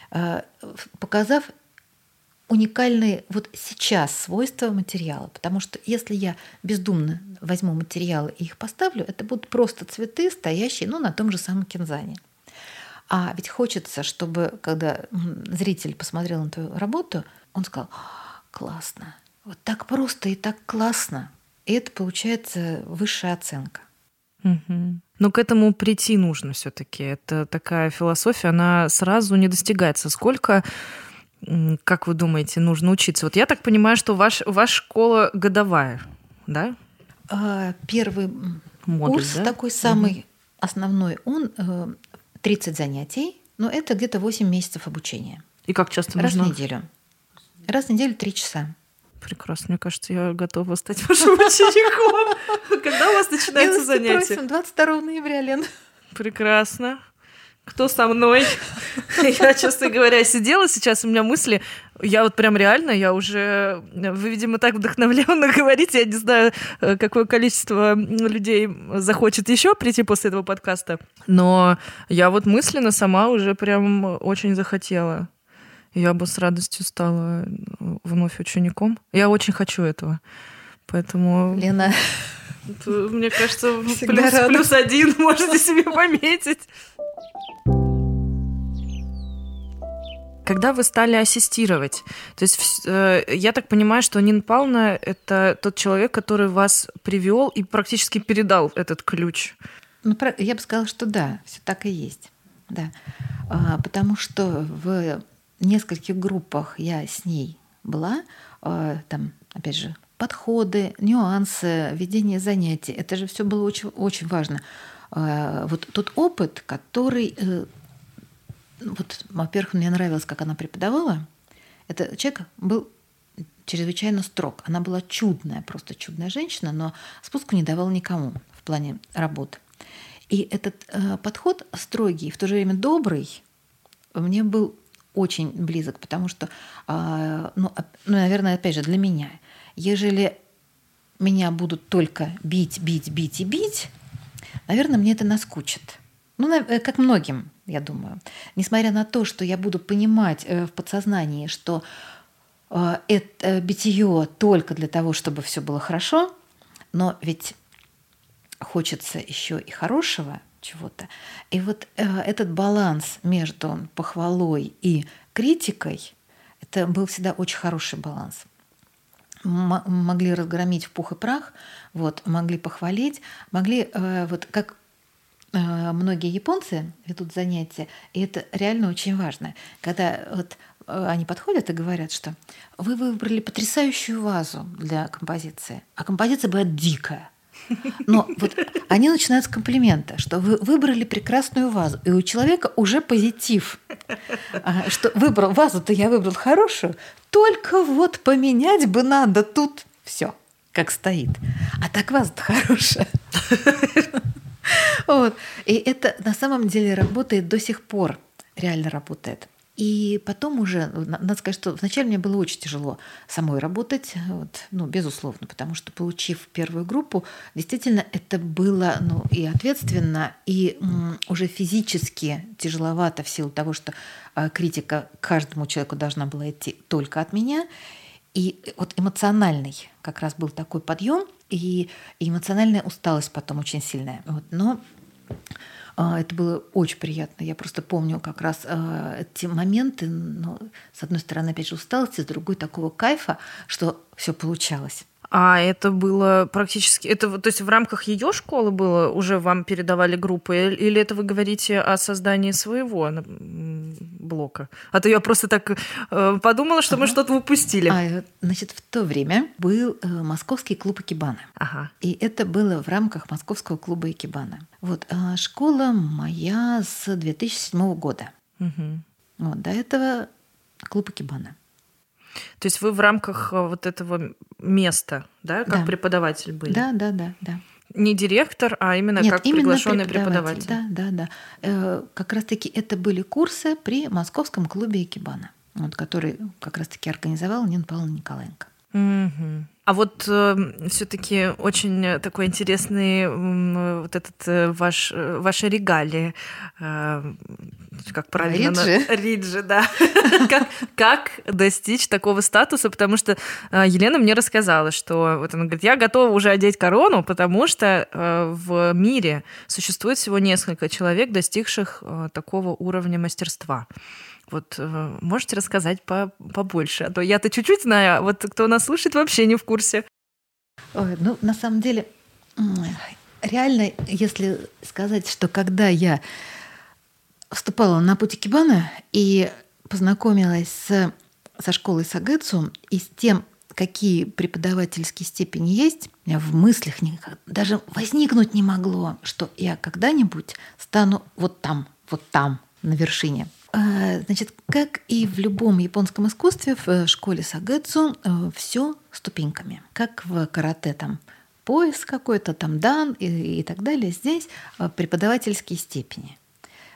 показав уникальные сейчас свойства материала. Потому что если я бездумно возьму материалы и их поставлю, это будут просто цветы, стоящие на том же самом кинзане. А ведь хочется, чтобы, когда зритель посмотрел на твою работу, он сказал: классно, вот так просто и так классно. И это получается высшая оценка. Угу. Но к этому прийти нужно все-таки. Это такая философия, она сразу не достигается. Сколько, как вы думаете, нужно учиться? Вот я так понимаю, что ваша школа годовая, да? Первый модуль, курс, да? Такой самый основной, он 30 занятий, но это где-то 8 месяцев обучения. И как часто нужно? Раз в неделю 3 часа. Прекрасно. Мне кажется, я готова стать вашим учеником. Когда у вас начинаются занятия? Просим, 22 ноября, Лен. Прекрасно. кто со мной? Я, честно говоря, сидела сейчас, у меня мысли, я вот прям реально, я уже, вы, видимо, так вдохновленно говорите, я не знаю, какое количество людей захочет еще прийти после этого подкаста, но я вот мысленно сама уже прям очень захотела. Я бы с радостью стала вновь учеником. Я очень хочу этого. Поэтому... Лена... Мне кажется, плюс один можете себе пометить. Когда вы стали ассистировать, то есть я так понимаю, что Нина Павловна — это тот человек, который вас привел и практически передал этот ключ. Ну, я бы сказала, что да, все так и есть. Да. Потому что в нескольких группах я с ней была, там, опять же, подходы, нюансы, ведение занятий. Это же все было очень, очень важно. Вот тот опыт, который... Вот, во-первых, мне нравилось, как она преподавала. Этот человек был чрезвычайно строг. Она была чудная, просто чудная женщина, но спуску не давала никому в плане работы. И этот подход строгий, в то же время добрый, мне был очень близок, потому что, наверное, опять же, для меня, ежели меня будут только бить, наверное, мне это наскучит. Ну, как многим, я думаю. Несмотря на то, что я буду понимать в подсознании, что это битье только для того, чтобы все было хорошо, но ведь хочется еще и хорошего чего-то. И вот этот баланс между похвалой и критикой, это был всегда очень хороший баланс. Могли разгромить в пух и прах, вот, могли похвалить, могли, вот как многие японцы ведут занятия, и это реально очень важно, когда вот они подходят и говорят, что вы выбрали потрясающую вазу для композиции, а композиция была дикая. Но вот они начинают с комплимента, что вы выбрали прекрасную вазу, и у человека уже позитив, что выбрал вазу-то я выбрал хорошую, только вот поменять бы надо тут все, как стоит. А так ваза-то хорошая. Вот. И это на самом деле работает до сих пор, реально работает. И потом уже, надо сказать, что вначале мне было очень тяжело самой работать, вот, ну, безусловно, потому что, получив первую группу, действительно это было и ответственно, и уже физически тяжеловато в силу того, что критика каждому человеку должна была идти только от меня. И вот эмоциональный как раз был такой подъем, и эмоциональная усталость потом очень сильная. Вот. Но это было очень приятно. Я просто помню как раз эти моменты, с одной стороны, опять же, усталости, с другой такого кайфа, что все получалось. А это было практически... Это, то есть в рамках ее школы было? Уже вам передавали группы? Или это вы говорите о создании своего блока? А то я просто так подумала, что мы что-то упустили. Значит, в то время был Московский клуб икебана. И это было в рамках Московского клуба икебана. Вот, школа моя с 2007 года. Вот, до этого клуб икебана. То есть вы в рамках вот этого места, да, как преподаватель были? Да. Не директор, а именно как приглашенный преподаватель. Да. Как раз-таки это были курсы при Московском клубе икебана, вот, который как раз-таки организовала Нина Павловна Николаенко. Угу. А вот все-таки очень такой интересный вот этот ваши регалии, как правильно? Риджи, да. Как достичь такого статуса? Потому что Елена мне рассказала, что вот она говорит, я готова уже одеть корону, потому что в мире существует всего несколько человек, достигших такого уровня мастерства. Вот можете рассказать побольше? А то я-то чуть-чуть знаю, а вот кто нас слушает, вообще не в курсе. Ой, на самом деле, реально, если сказать, что когда я вступала на путь икебана и познакомилась со школой Сагэцу и с тем, какие преподавательские степени есть, у меня в мыслях даже возникнуть не могло, что я когда-нибудь стану вот там, на вершине. Значит, как и в любом японском искусстве, в школе Сагэцу все ступеньками. Как в карате там пояс какой-то, там дан и так далее. Здесь преподавательские степени.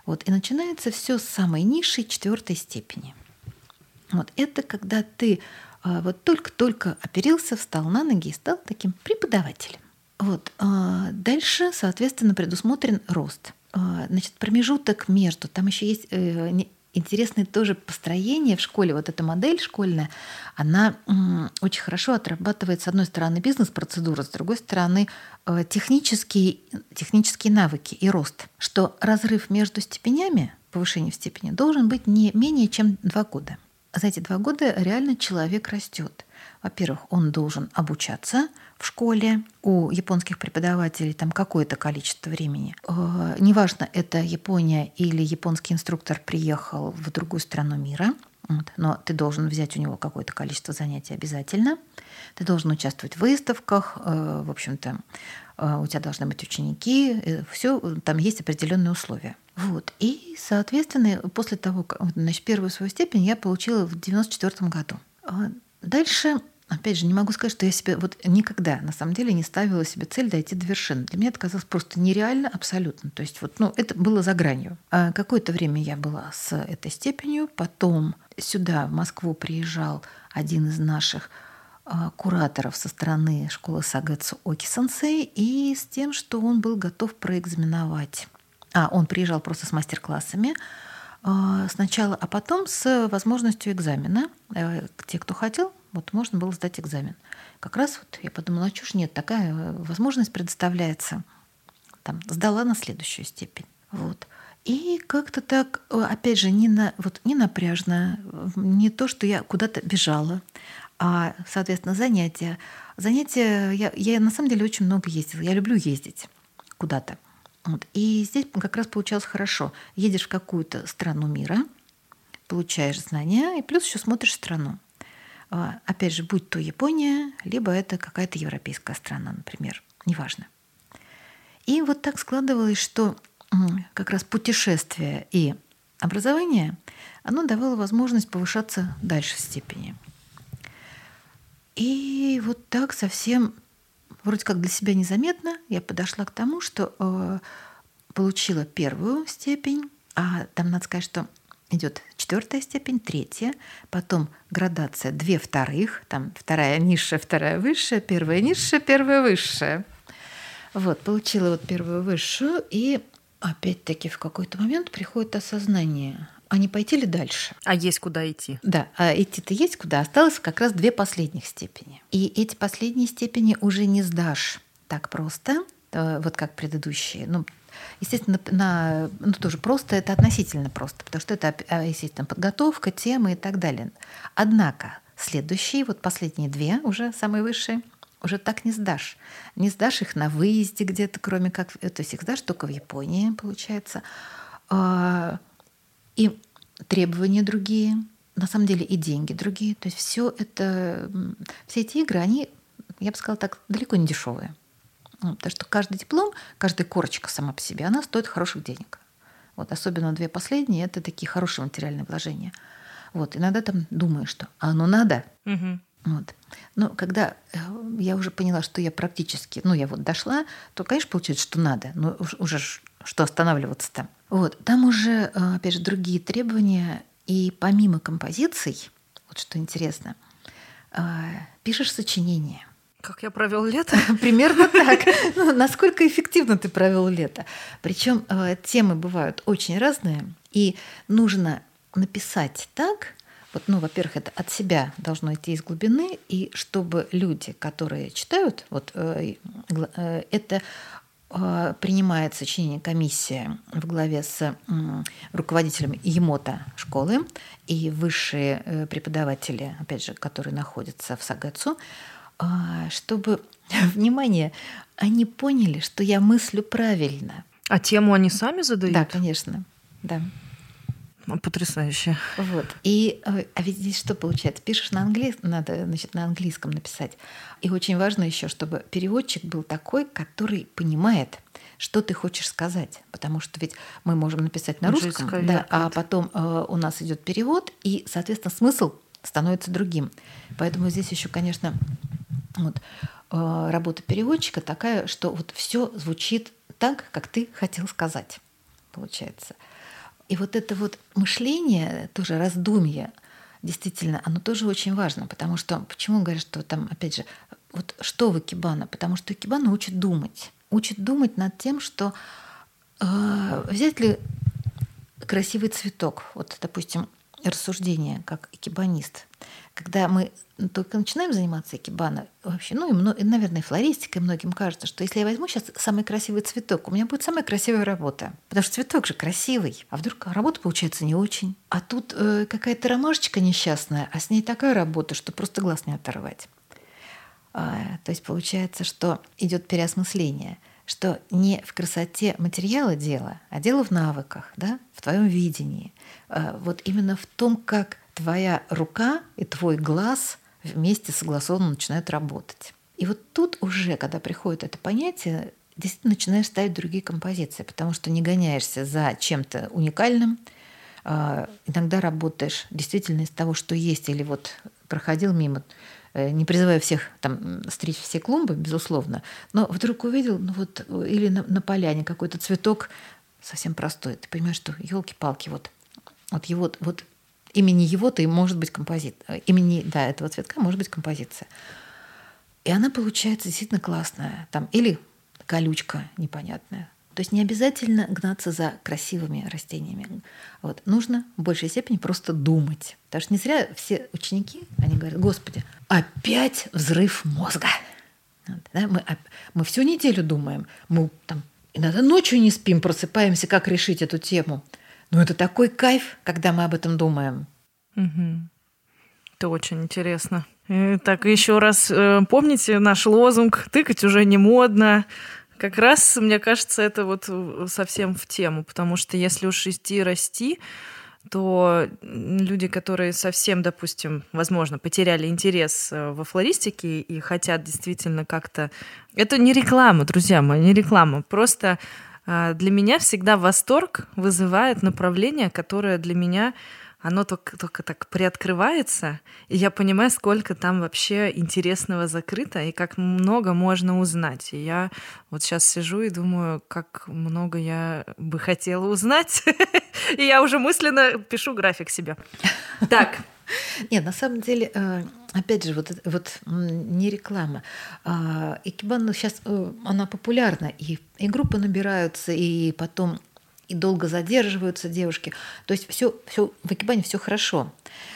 Вот, и начинается все с самой низшей 4 степени. Вот, это когда ты вот только-только оперился, встал на ноги и стал таким преподавателем. Вот, дальше, соответственно, предусмотрен рост. Значит, промежуток между, там еще есть интересное тоже построение в школе. Вот эта модель школьная, она очень хорошо отрабатывает, с одной стороны, бизнес-процедуры, с другой стороны, технические навыки и рост. Что разрыв между степенями, повышение в степени, должен быть не менее чем 2 года. За эти 2 года реально человек растет. Во-первых, он должен обучаться в школе у японских преподавателей там какое-то количество времени. Неважно, это Япония или японский инструктор приехал в другую страну мира, вот, но ты должен взять у него какое-то количество занятий обязательно. Ты должен участвовать в выставках, в общем-то, у тебя должны быть ученики, все, там есть определенные условия. Вот. И, соответственно, после того, как, значит, первую свою степень я получила в 1994 году. Дальше, опять же, не могу сказать, что я себе вот никогда, на самом деле, не ставила себе цель дойти до вершины. Для меня это казалось просто нереально абсолютно. То есть вот, это было за гранью. Какое-то время я была с этой степенью. Потом сюда, в Москву, приезжал один из наших кураторов со стороны школы Сагэцу Оки-сенсей, и с тем, что он был готов проэкзаменовать. Он приезжал просто с мастер-классами сначала, а потом с возможностью экзамена. Те, кто хотел, вот можно было сдать экзамен. Как раз вот я подумала, чушь, нет, такая возможность предоставляется. Там, сдала на следующую степень. Вот. И как-то так, опять же, не напряжно, не то, что я куда-то бежала, а, соответственно, занятия. Я на самом деле очень много ездила. Я люблю ездить куда-то. Вот. И здесь как раз получалось хорошо. Едешь в какую-то страну мира, получаешь знания, и плюс еще смотришь страну. Опять же, будь то Япония, либо это какая-то европейская страна, например. Неважно. И вот так складывалось, что как раз путешествие и образование, оно давало возможность повышаться дальше в степени. И вот так совсем, вроде как для себя незаметно, я подошла к тому, что получила первую степень, а там надо сказать, что идет 4 степень, 3, потом градация 2 вторых, там 2 низшая, 2 высшая, 1 низшая, 1 высшая. Вот, получила вот 1 высшую, и опять-таки в какой-то момент приходит осознание, а не пойти ли дальше? А есть куда идти? Да, а идти-то есть куда. Осталось как раз 2 последних степени. И эти последние степени уже не сдашь так просто, вот как предыдущие. Естественно, тоже просто, это относительно просто, потому что это, естественно, подготовка, темы и так далее. Однако следующие, вот последние 2, уже самые высшие, уже так не сдашь. Не сдашь их на выезде где-то, кроме как... То есть их сдашь только в Японии, получается. И требования другие, на самом деле и деньги другие. То есть все эти игры, они, я бы сказала так, далеко не дешевые. Потому что каждый диплом, каждая корочка сама по себе, она стоит хороших денег. Вот, особенно 2 последние, это такие хорошие материальные вложения. Вот, иногда там думаешь, что оно надо. Угу. Вот. Но когда я уже поняла, что я практически, я вот дошла, то, конечно, получается, что надо. Но уже что останавливаться-то? Вот. Там уже, опять же, другие требования. И помимо композиций, вот что интересно, пишешь сочинение. Как я провел лето? Примерно так. Насколько эффективно ты провел лето. Причем темы бывают очень разные, и нужно написать так. Вот, во-первых, это от себя должно идти из глубины, и чтобы люди, которые читают, это принимает сочинение комиссия в главе с руководителем Емота школы и высшие преподаватели, опять же, которые находятся в Сагэцу, чтобы, внимание, они поняли, что я мыслю правильно. А тему они сами задают? Да, конечно, да. Потрясающе. Вот. А ведь здесь что получается? Пишешь на английском, надо, на английском написать. И очень важно еще, чтобы переводчик был такой, который понимает, что ты хочешь сказать. Потому что ведь мы можем написать на русском, да, а потом у нас идет перевод, и, соответственно, смысл становится другим. Поэтому здесь еще, конечно, работа переводчика такая, что вот все звучит так, как ты хотел сказать, получается. И вот это вот мышление, тоже раздумье, действительно, оно тоже очень важно, потому что, почему говорят, что там, опять же, вот что в икебана? Потому что икебана учит думать. Учит думать над тем, что взять ли красивый цветок, вот, допустим, рассуждение как икебанист. Когда мы только начинаем заниматься икебана, вообще, и, наверное, флористикой, многим кажется, что если я возьму сейчас самый красивый цветок, у меня будет самая красивая работа. Потому что цветок же красивый, а вдруг работа получается не очень. А тут какая-то ромашечка несчастная, а с ней такая работа, что просто глаз не оторвать. То есть получается, что идет переосмысление, что не в красоте материала дело, а дело в навыках, да, в твоем видении. Вот именно в том, как твоя рука и твой глаз вместе согласованно начинают работать. И вот тут уже, когда приходит это понятие, действительно начинаешь ставить другие композиции, потому что не гоняешься за чем-то уникальным, иногда работаешь действительно из того, что есть, или вот проходил мимо, не призывая всех там стричь все клумбы, безусловно, но вдруг увидел, или на поляне какой-то цветок совсем простой. Ты понимаешь, что елки-палки, вот его, вот имени его-то и может быть композиция. Имени, да, этого цветка может быть композиция. И она получается действительно классная. Там, или колючка непонятная. То есть не обязательно гнаться за красивыми растениями. Вот. Нужно в большей степени просто думать. Потому что не зря все ученики, они говорят: Господи, опять взрыв мозга. Вот, да? Мы всю неделю думаем. Мы там иногда ночью не спим, просыпаемся, как решить эту тему. Но это такой кайф, когда мы об этом думаем. Угу. Это очень интересно. Так, еще раз, помните наш лозунг «Тыкать уже не модно». Как раз, мне кажется, это вот совсем в тему, потому что если уж идти расти, то люди, которые совсем, допустим, возможно, потеряли интерес во флористике и хотят действительно как-то... Это не реклама, друзья мои, не реклама. Просто для меня всегда восторг вызывает направление, которое для меня... Оно только так приоткрывается, и я понимаю, сколько там вообще интересного закрыто, и как много можно узнать. И я вот сейчас сижу и думаю, как много я бы хотела узнать. И я уже мысленно пишу график себе. Так. Нет, на самом деле, опять же, вот не реклама. Икебана сейчас, она популярна, и группы набираются, и потом... и долго задерживаются девушки. То есть все в икебане все хорошо.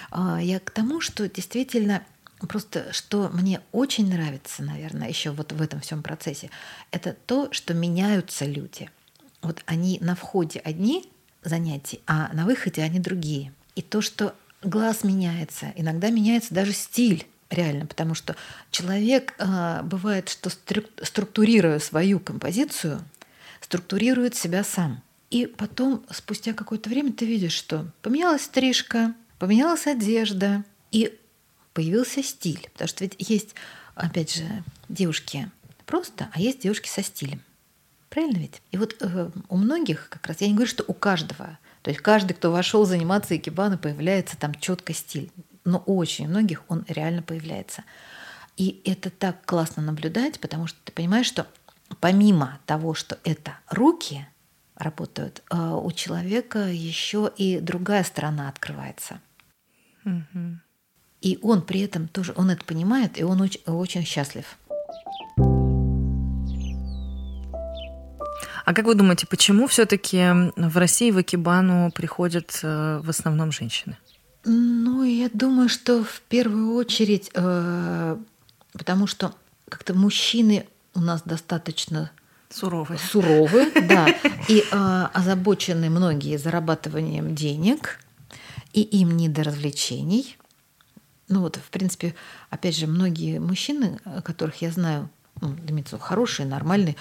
Я к тому, что действительно просто, что мне очень нравится, наверное, еще вот в этом всем процессе, это то, что меняются люди. Вот они на входе одни занятия, а на выходе они другие. И то, что глаз меняется, иногда меняется даже стиль. Реально, потому что человек, бывает, что структурируя свою композицию, структурирует себя сам. И потом, спустя какое-то время, ты видишь, что поменялась стрижка, поменялась одежда, и появился стиль. Потому что ведь есть, опять же, девушки просто, а есть девушки со стилем. Правильно ведь? И вот у многих, как раз, я не говорю, что у каждого, то есть каждый, кто вошел заниматься икебана, появляется там четко стиль. Но у очень многих он реально появляется. И это так классно наблюдать, потому что ты понимаешь, что помимо того, что это руки работают, у человека еще и другая сторона открывается. Угу. И он при этом тоже, он это понимает, и он очень, очень счастлив. А как вы думаете, почему все-таки в России в икебану приходят в основном женщины? Ну, я думаю, что в первую очередь, потому что как-то мужчины у нас достаточно суровы, да, и озабочены многие зарабатыванием денег, и им не до развлечений. Ну вот, в принципе, опять же, многие мужчины, которых я знаю, хорошие, нормальные,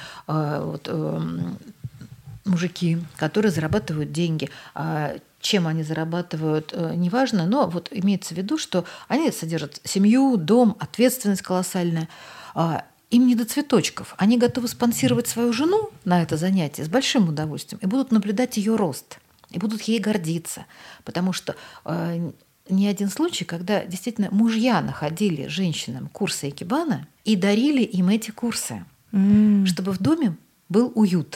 мужики, которые зарабатывают деньги. Чем они зарабатывают, неважно, но вот имеется в виду, что они содержат семью, дом, ответственность колоссальная. Им не до цветочков. Они готовы спонсировать свою жену на это занятие с большим удовольствием и будут наблюдать ее рост, и будут ей гордиться. Потому что не один случай, когда действительно мужья находили женщинам курсы икебана и дарили им эти курсы, чтобы в доме был уют.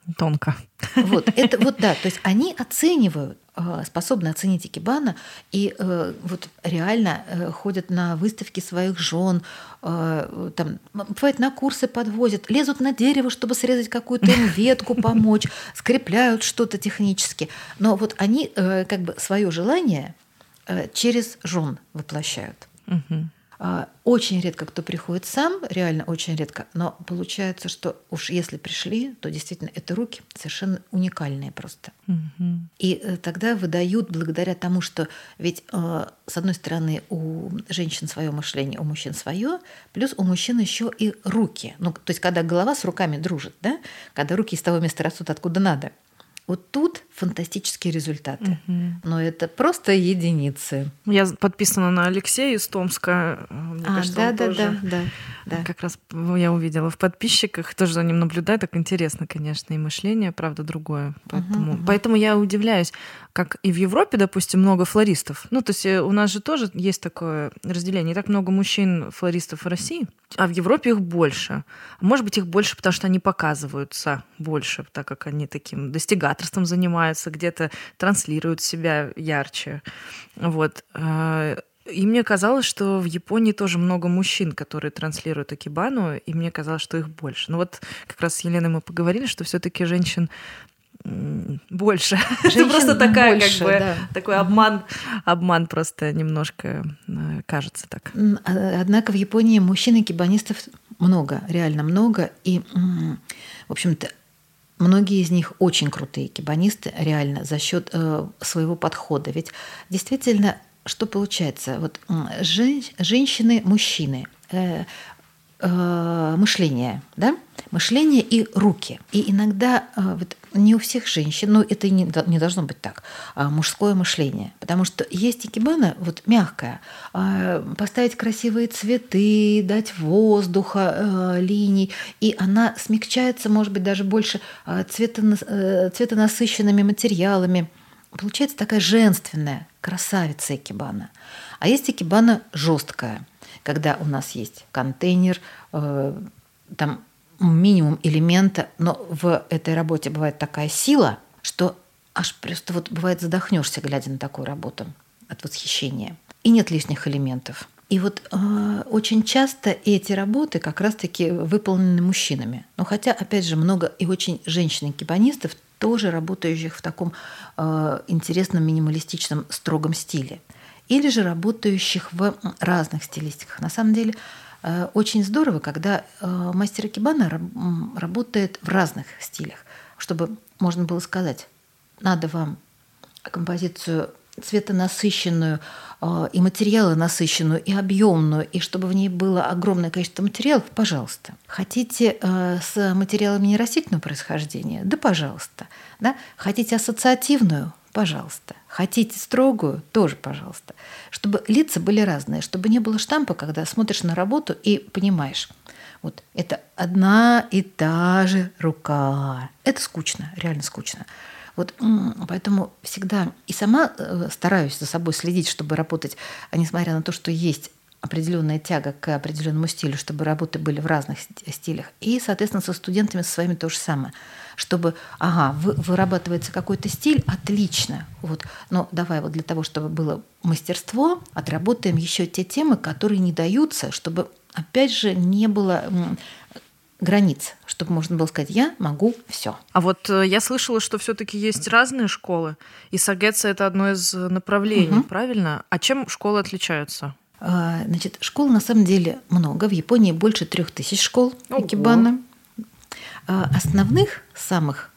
Тонко. Вот, это вот да, то есть они оценивают, способны оценить икебана и вот реально ходят на выставки своих жен, там, бывает, на курсы подвозят, лезут на дерево, чтобы срезать какую-то им ветку, помочь, скрепляют что-то технически. Но вот они как бы свое желание через жен воплощают. Очень редко кто приходит сам, реально очень редко, но получается, что уж если пришли, то действительно это руки совершенно уникальные просто. И тогда выдают благодаря тому, что ведь с одной стороны у женщин свое мышление, у мужчин свое, плюс у мужчин еще и руки. Ну, то есть когда голова с руками дружит, да? Когда руки из того места растут, откуда надо. Вот тут фантастические результаты. Но это просто единицы. Я подписана на Алексея из Томска. Мне кажется, он тоже... Да. Как раз я увидела в подписчиках, тоже за ним наблюдаю. Так интересно, конечно, и мышление, правда, другое. Поэтому я удивляюсь, как и в Европе, допустим, много флористов. Ну, то есть у нас же тоже есть такое разделение. Не так много мужчин-флористов в России, а в Европе их больше. Может быть, их больше, потому что они показываются больше, так как они таким достигаторством занимаются, где-то транслируют себя ярче. Вот. И мне казалось, что в Японии тоже много мужчин, которые транслируют икебану, и мне казалось, что их больше. Но вот как раз с Еленой мы поговорили, что все-таки женщин больше. Это просто такая, больше, как бы, да. Такой обман просто немножко кажется так. Однако в Японии мужчин-икебанистов много, реально много. И, в общем-то, многие из них очень крутые икебанисты, реально, за счет своего подхода. Ведь действительно, что получается? Вот женщины, мужчины, мышление, да? Мышление и руки. И иногда вот не у всех женщин, но это не должно быть так, мужское мышление. Потому что есть икебана вот мягкая, поставить красивые цветы, дать воздуха, линий, и она смягчается, может быть, даже больше цветонасыщенными материалами. Получается такая женственная красавица икебана. А есть икебана жесткая, когда у нас есть контейнер, там минимум элемента, но в этой работе бывает такая сила, что аж просто вот бывает задохнешься, глядя на такую работу от восхищения. И нет лишних элементов. И вот очень часто эти работы как раз-таки выполнены мужчинами. Но хотя, опять же, много и очень женщин-икебанистов, тоже работающих в таком интересном минималистичном строгом стиле. Или же работающих в разных стилистиках. На самом деле очень здорово, когда мастер икебана работает в разных стилях, чтобы можно было сказать, надо вам композицию цветонасыщенную и материалы насыщенную, и объемную, и чтобы в ней было огромное количество материалов, пожалуйста. Хотите с материалами нерастительного происхождения? Да, пожалуйста. Да? Хотите ассоциативную? Пожалуйста. Хотите строгую? Тоже пожалуйста. Чтобы лица были разные, чтобы не было штампа, когда смотришь на работу и понимаешь, вот это одна и та же рука. Это скучно, реально скучно. Вот поэтому всегда и сама стараюсь за собой следить, чтобы работать, несмотря на то, что есть определенная тяга к определенному стилю, чтобы работы были в разных стилях. И, соответственно, со студентами со своими то же самое. Чтобы, вырабатывается какой-то стиль, отлично. Вот, но давай вот для того, чтобы было мастерство, отработаем еще те темы, которые не даются, чтобы, опять же, не было границ, чтобы можно было сказать, я могу все. А вот я слышала, что все-таки есть разные школы, и сагетса — это одно из направлений, правильно? А чем школы отличаются? Значит, школ на самом деле много. В Японии больше 3000 школ икебана. Основных, самых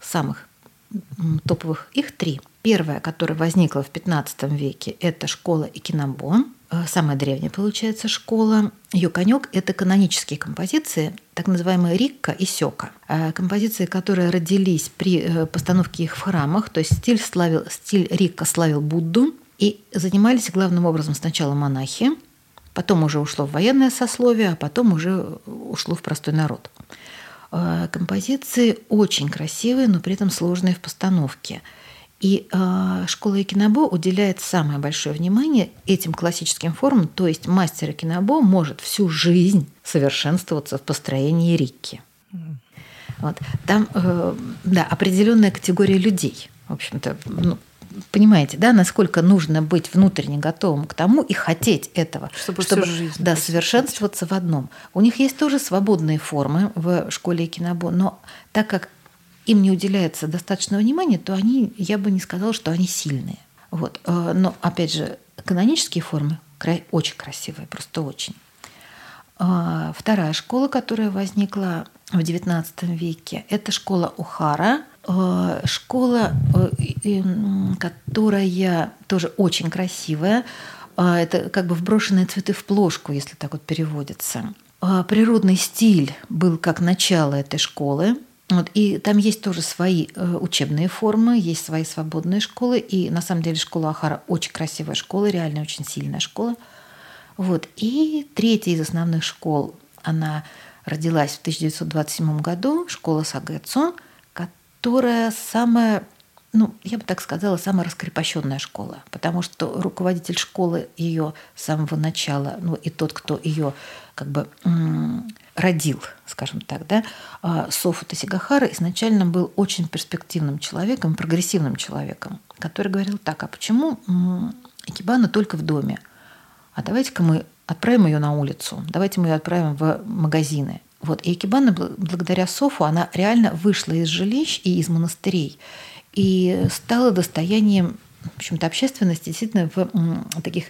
топовых, их 3. Первая, которая возникла в 15 веке, это школа икинабо. Самая древняя, получается, школа. Ее конек — это канонические композиции, так называемые рикка и сёка. Композиции, которые родились при постановке их в храмах, то есть стиль рикка славил Будду, и занимались главным образом сначала монахи, потом уже ушло в военное сословие, а потом уже ушло в простой народ. Композиции очень красивые, но при этом сложные в постановке. И школа икинабо уделяет самое большое внимание этим классическим формам, то есть мастер икинабо может всю жизнь совершенствоваться в построении рикки. Вот. Там, да, определенная категория людей. В общем-то, понимаете, да, насколько нужно быть внутренне готовым к тому и хотеть этого, чтобы всю жизнь, да, совершенствоваться в одном. У них есть тоже свободные формы в школе Экинабу, но так как им не уделяется достаточного внимания, то они, я бы не сказала, что они сильные. Вот. Но, опять же, канонические формы очень красивые, просто очень. Вторая школа, которая возникла в XIX веке, это школа Охара. Школа, которая тоже очень красивая. Это как бы вброшенные цветы в плошку, если так вот переводится. Природный стиль был как начало этой школы. Вот, и там есть тоже свои учебные формы, есть свои свободные школы. И на самом деле школа Охара очень красивая школа, реально очень сильная школа. Вот. И третья из основных школ, она родилась в 1927 году, школа Сагэцу, которая самая, я бы так сказала, самая раскрепощенная школа, потому что руководитель школы ее с самого начала, и тот, кто ее как бы родил, скажем так, да, Софу Тасигахара изначально был очень перспективным человеком, прогрессивным человеком, который говорил так: а почему икебана только в доме? А давайте-ка мы отправим ее на улицу, давайте мы ее отправим в магазины. Вот. И икебана, благодаря Софу, она реально вышла из жилищ и из монастырей и стала достоянием, в общем-то, общественности действительно в таких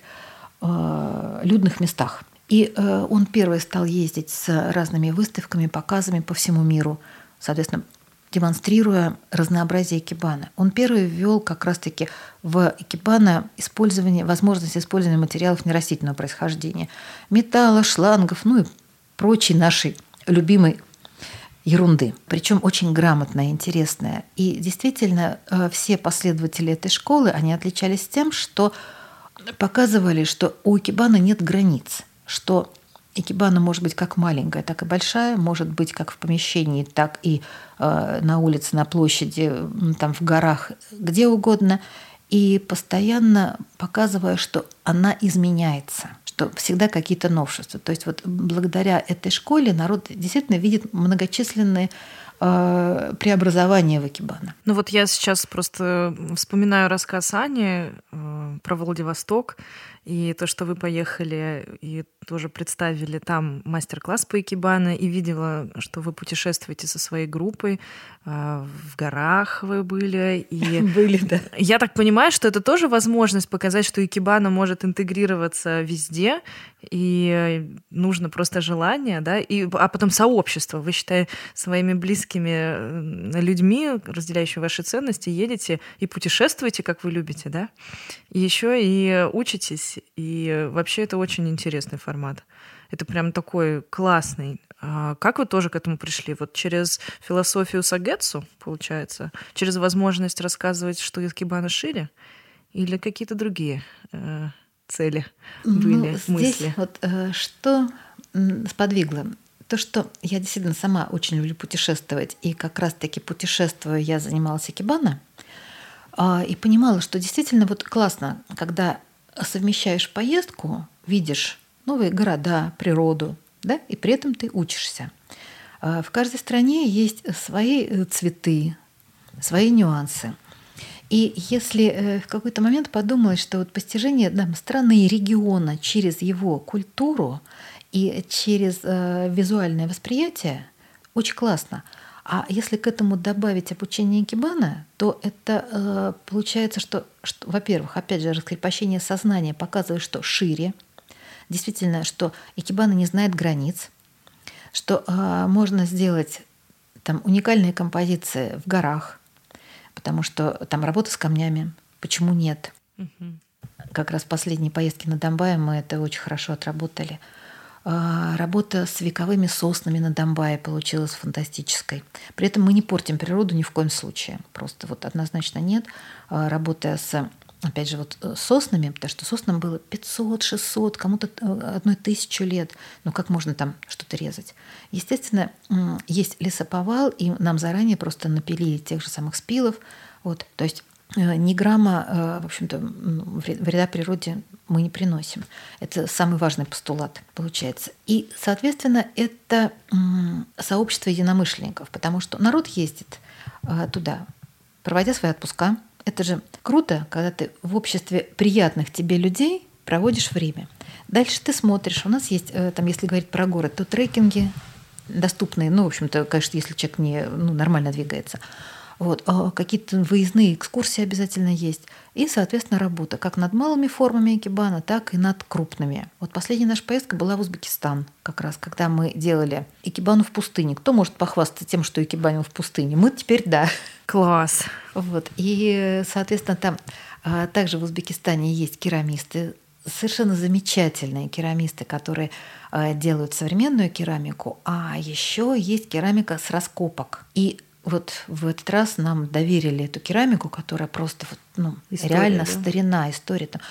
людных местах. И он первый стал ездить с разными выставками, показами по всему миру, соответственно, демонстрируя разнообразие икебаны. Он первый ввел как раз-таки в икебана возможность использования материалов нерастительного происхождения, металла, шлангов, и прочей нашей любимой ерунды. Причем очень грамотная, интересная. И действительно, все последователи этой школы, они отличались тем, что показывали, что у икебана нет границ, что икебана может быть как маленькая, так и большая, может быть как в помещении, так и на улице, на площади, там в горах, где угодно, и постоянно показывая, что она изменяется, что всегда какие-то новшества. То есть вот благодаря этой школе народ действительно видит многочисленные преобразования в икебана. Вот я сейчас просто вспоминаю рассказ Ани про Владивосток, и то, что вы поехали и тоже представили там мастер-класс по икебана, и видела, что вы путешествуете со своей группой, в горах вы были. И были, да. Я так понимаю, что это тоже возможность показать, что икебана может интегрироваться везде, и нужно просто желание, да, а потом сообщество. Вы, считай, своими близкими людьми, разделяющими ваши ценности, едете и путешествуете, как вы любите, да, и еще и учитесь. И вообще это очень интересный формат. Это прям такой классный. Как вы тоже к этому пришли? Вот через философию Сагэцу, получается? Через возможность рассказывать, что икебана шире? Или какие-то другие цели были, мысли? Здесь вот что сподвигло? То, что я действительно сама очень люблю путешествовать, и как раз-таки путешествуя я занималась икебана, и понимала, что действительно вот классно, когда совмещаешь поездку, видишь новые города, природу, да, и при этом ты учишься. В каждой стране есть свои цветы, свои нюансы. И если в какой-то момент подумалось, что вот постижение страны и региона через его культуру и через визуальное восприятие очень классно. А если к этому добавить обучение икебана, то это получается, что, во-первых, опять же, раскрепощение сознания показывает, что шире, действительно, что икебана не знает границ, что можно сделать там уникальные композиции в горах, потому что там работа с камнями. Почему нет? Как раз в последней поездке на Домбай мы это очень хорошо отработали. Работа с вековыми соснами на Домбае получилась фантастической. При этом мы не портим природу ни в коем случае. Просто вот однозначно нет. Работая с, опять же, вот соснами, потому что соснам было 500, 600, кому-то 1000 лет. Ну как можно там что-то резать? Естественно, есть лесоповал, и нам заранее просто напилили тех же самых спилов. Вот, то есть ни грамма, в общем-то, вреда природе мы не приносим. Это самый важный постулат получается. И, соответственно, это сообщество единомышленников, потому что народ ездит туда, проводя свои отпуска. Это же круто, когда ты в обществе приятных тебе людей проводишь время. Дальше ты смотришь. У нас есть, там, если говорить про город, то трекинги доступные. Ну, в общем-то, конечно, если человек не нормально двигается. Вот. Какие-то выездные экскурсии обязательно есть. И, соответственно, работа как над малыми формами икебана, так и над крупными. Вот последняя наша поездка была в Узбекистан, как раз, когда мы делали икебану в пустыне. Кто может похвастаться тем, что икебанил в пустыне? Мы теперь да. Класс. Вот. И, соответственно, там также в Узбекистане есть керамисты, совершенно замечательные керамисты, которые делают современную керамику, а еще есть керамика с раскопок. И вот в этот раз нам доверили эту керамику, которая просто история, реально старина, история там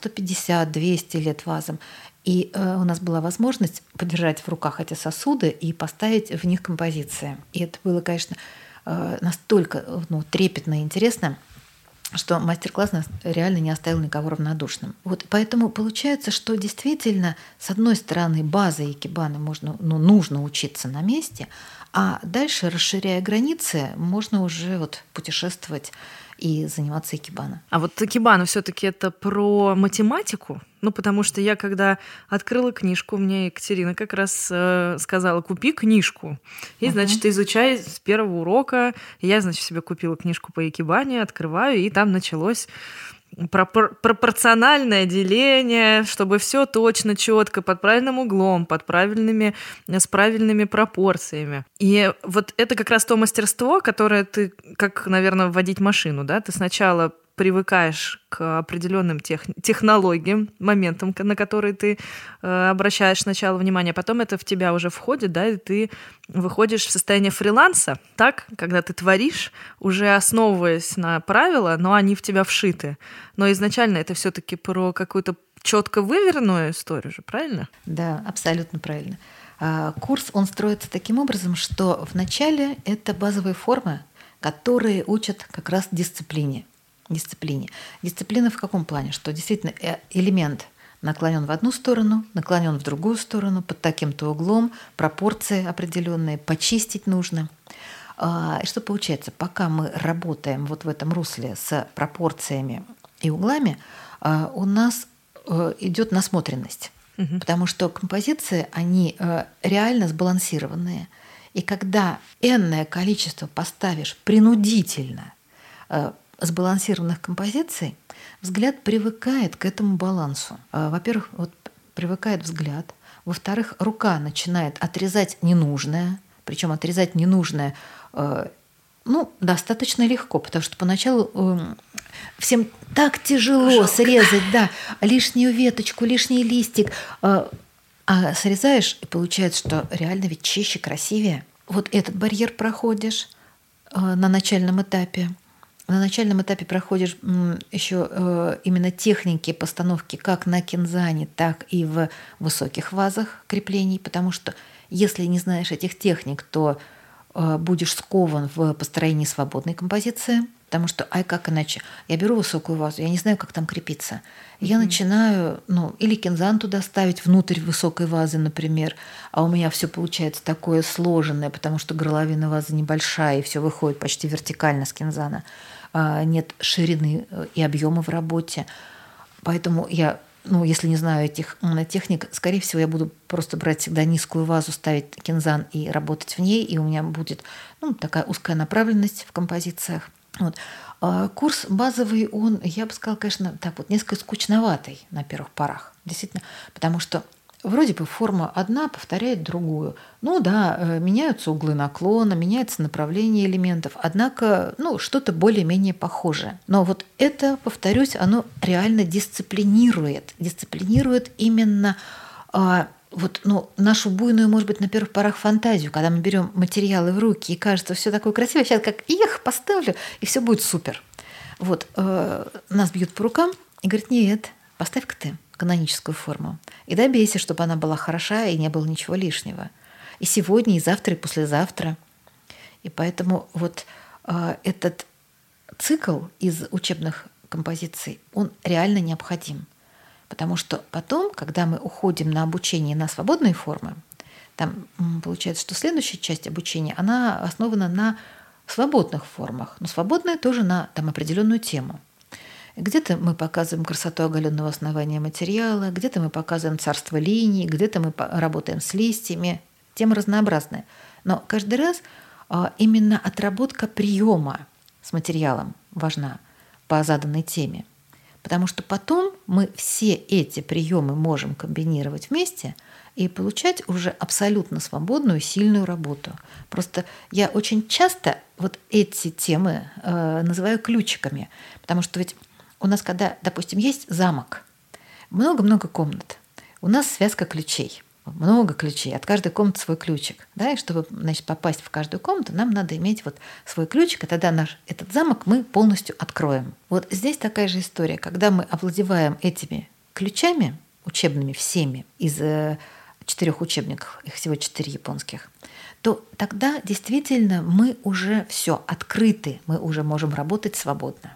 150-200 лет вазам. И у нас была возможность подержать в руках эти сосуды и поставить в них композиции. И это было, конечно, настолько трепетно и интересно, что мастер-класс нас реально не оставил никого равнодушным. Вот поэтому получается, что действительно, с одной стороны, базой икебаны нужно учиться на месте, а дальше, расширяя границы, можно уже путешествовать и заниматься икебана. А вот икебана все-таки это про математику? Потому что я, когда открыла книжку, мне Екатерина как раз сказала: купи книжку. И, значит, изучай с первого урока. Я, значит, себе купила книжку по икебане, открываю, и там началось пропорциональное деление, чтобы все точно, четко, под правильным углом, с правильными пропорциями. И вот это как раз то мастерство, которое ты, как, наверное, водить машину, да? Ты сначала привыкаешь к определенным технологиям, моментам, на которые ты обращаешь сначала внимание, а потом это в тебя уже входит, да, и ты выходишь в состояние фриланса, так, когда ты творишь, уже основываясь на правила, но они в тебя вшиты. Но изначально это все-таки про какую-то четко выверенную историю же, правильно? Да, абсолютно правильно. Курс, он строится таким образом, что вначале это базовые формы, которые учат как раз дисциплине. Дисциплина в каком плане? Что действительно элемент наклонен в одну сторону, наклонен в другую сторону, под таким-то углом, пропорции определенные, почистить нужно. И что получается? Пока мы работаем вот в этом русле с пропорциями и углами, у нас идет насмотренность. Потому что композиции, они реально сбалансированные. И когда энное количество поставишь принудительно сбалансированных композиций, взгляд привыкает к этому балансу. Во-первых, привыкает взгляд. Во-вторых, рука начинает отрезать ненужное. Причем отрезать ненужное достаточно легко, потому что поначалу всем так тяжело срезать, да, лишнюю веточку, лишний листик. А срезаешь, и получается, что реально ведь чище, красивее. Вот этот барьер проходишь на начальном этапе. На начальном этапе проходишь еще именно техники постановки как на кинзане, так и в высоких вазах креплений, потому что если не знаешь этих техник, то будешь скован в построении свободной композиции, потому что, как иначе? Я беру высокую вазу, я не знаю, как там крепиться. Я начинаю, или кинзан туда ставить внутрь высокой вазы, например, а у меня все получается такое сложенное, потому что горловина вазы небольшая, и все выходит почти вертикально с кинзана. Нет ширины и объема в работе. Поэтому я, если не знаю этих техник, скорее всего, я буду просто брать всегда низкую вазу, ставить кинзан и работать в ней, и у меня будет такая узкая направленность в композициях. Вот. Курс базовый, он, я бы сказала, конечно, несколько скучноватый на первых порах. Действительно, потому что вроде бы форма одна повторяет другую. Меняются углы наклона, меняется направление элементов, однако, что-то более-менее похожее. Но вот это, повторюсь, оно реально дисциплинирует. Дисциплинирует именно нашу буйную, может быть, на первых порах фантазию, когда мы берем материалы в руки, и кажется, все такое красивое, сейчас поставлю, и все будет супер. Нас бьют по рукам и говорят: нет, поставь-ка ты каноническую форму. И добейся, чтобы она была хороша и не было ничего лишнего. И сегодня, и завтра, и послезавтра. И поэтому этот цикл из учебных композиций, он реально необходим. Потому что потом, когда мы уходим на обучение на свободные формы, там получается, что следующая часть обучения, она основана на свободных формах, но свободная тоже на там, определенную тему. Где-то мы показываем красоту оголенного основания материала, где-то мы показываем царство линий, где-то мы работаем с листьями. Темы разнообразные. Но каждый раз именно отработка приема с материалом важна по заданной теме. Потому что потом мы все эти приемы можем комбинировать вместе и получать уже абсолютно свободную, сильную работу. Просто я очень часто вот эти темы называю ключиками, потому что ведь у нас, когда, допустим, есть замок, много-много комнат, у нас связка ключей. Много ключей, от каждой комнаты свой ключик. Да? И чтобы, значит, попасть в каждую комнату, нам надо иметь вот свой ключик, и тогда этот замок мы полностью откроем. Вот здесь такая же история. Когда мы овладеваем этими ключами учебными всеми из 4 учебников, их всего 4 японских, то тогда действительно мы уже все открыты, мы уже можем работать свободно.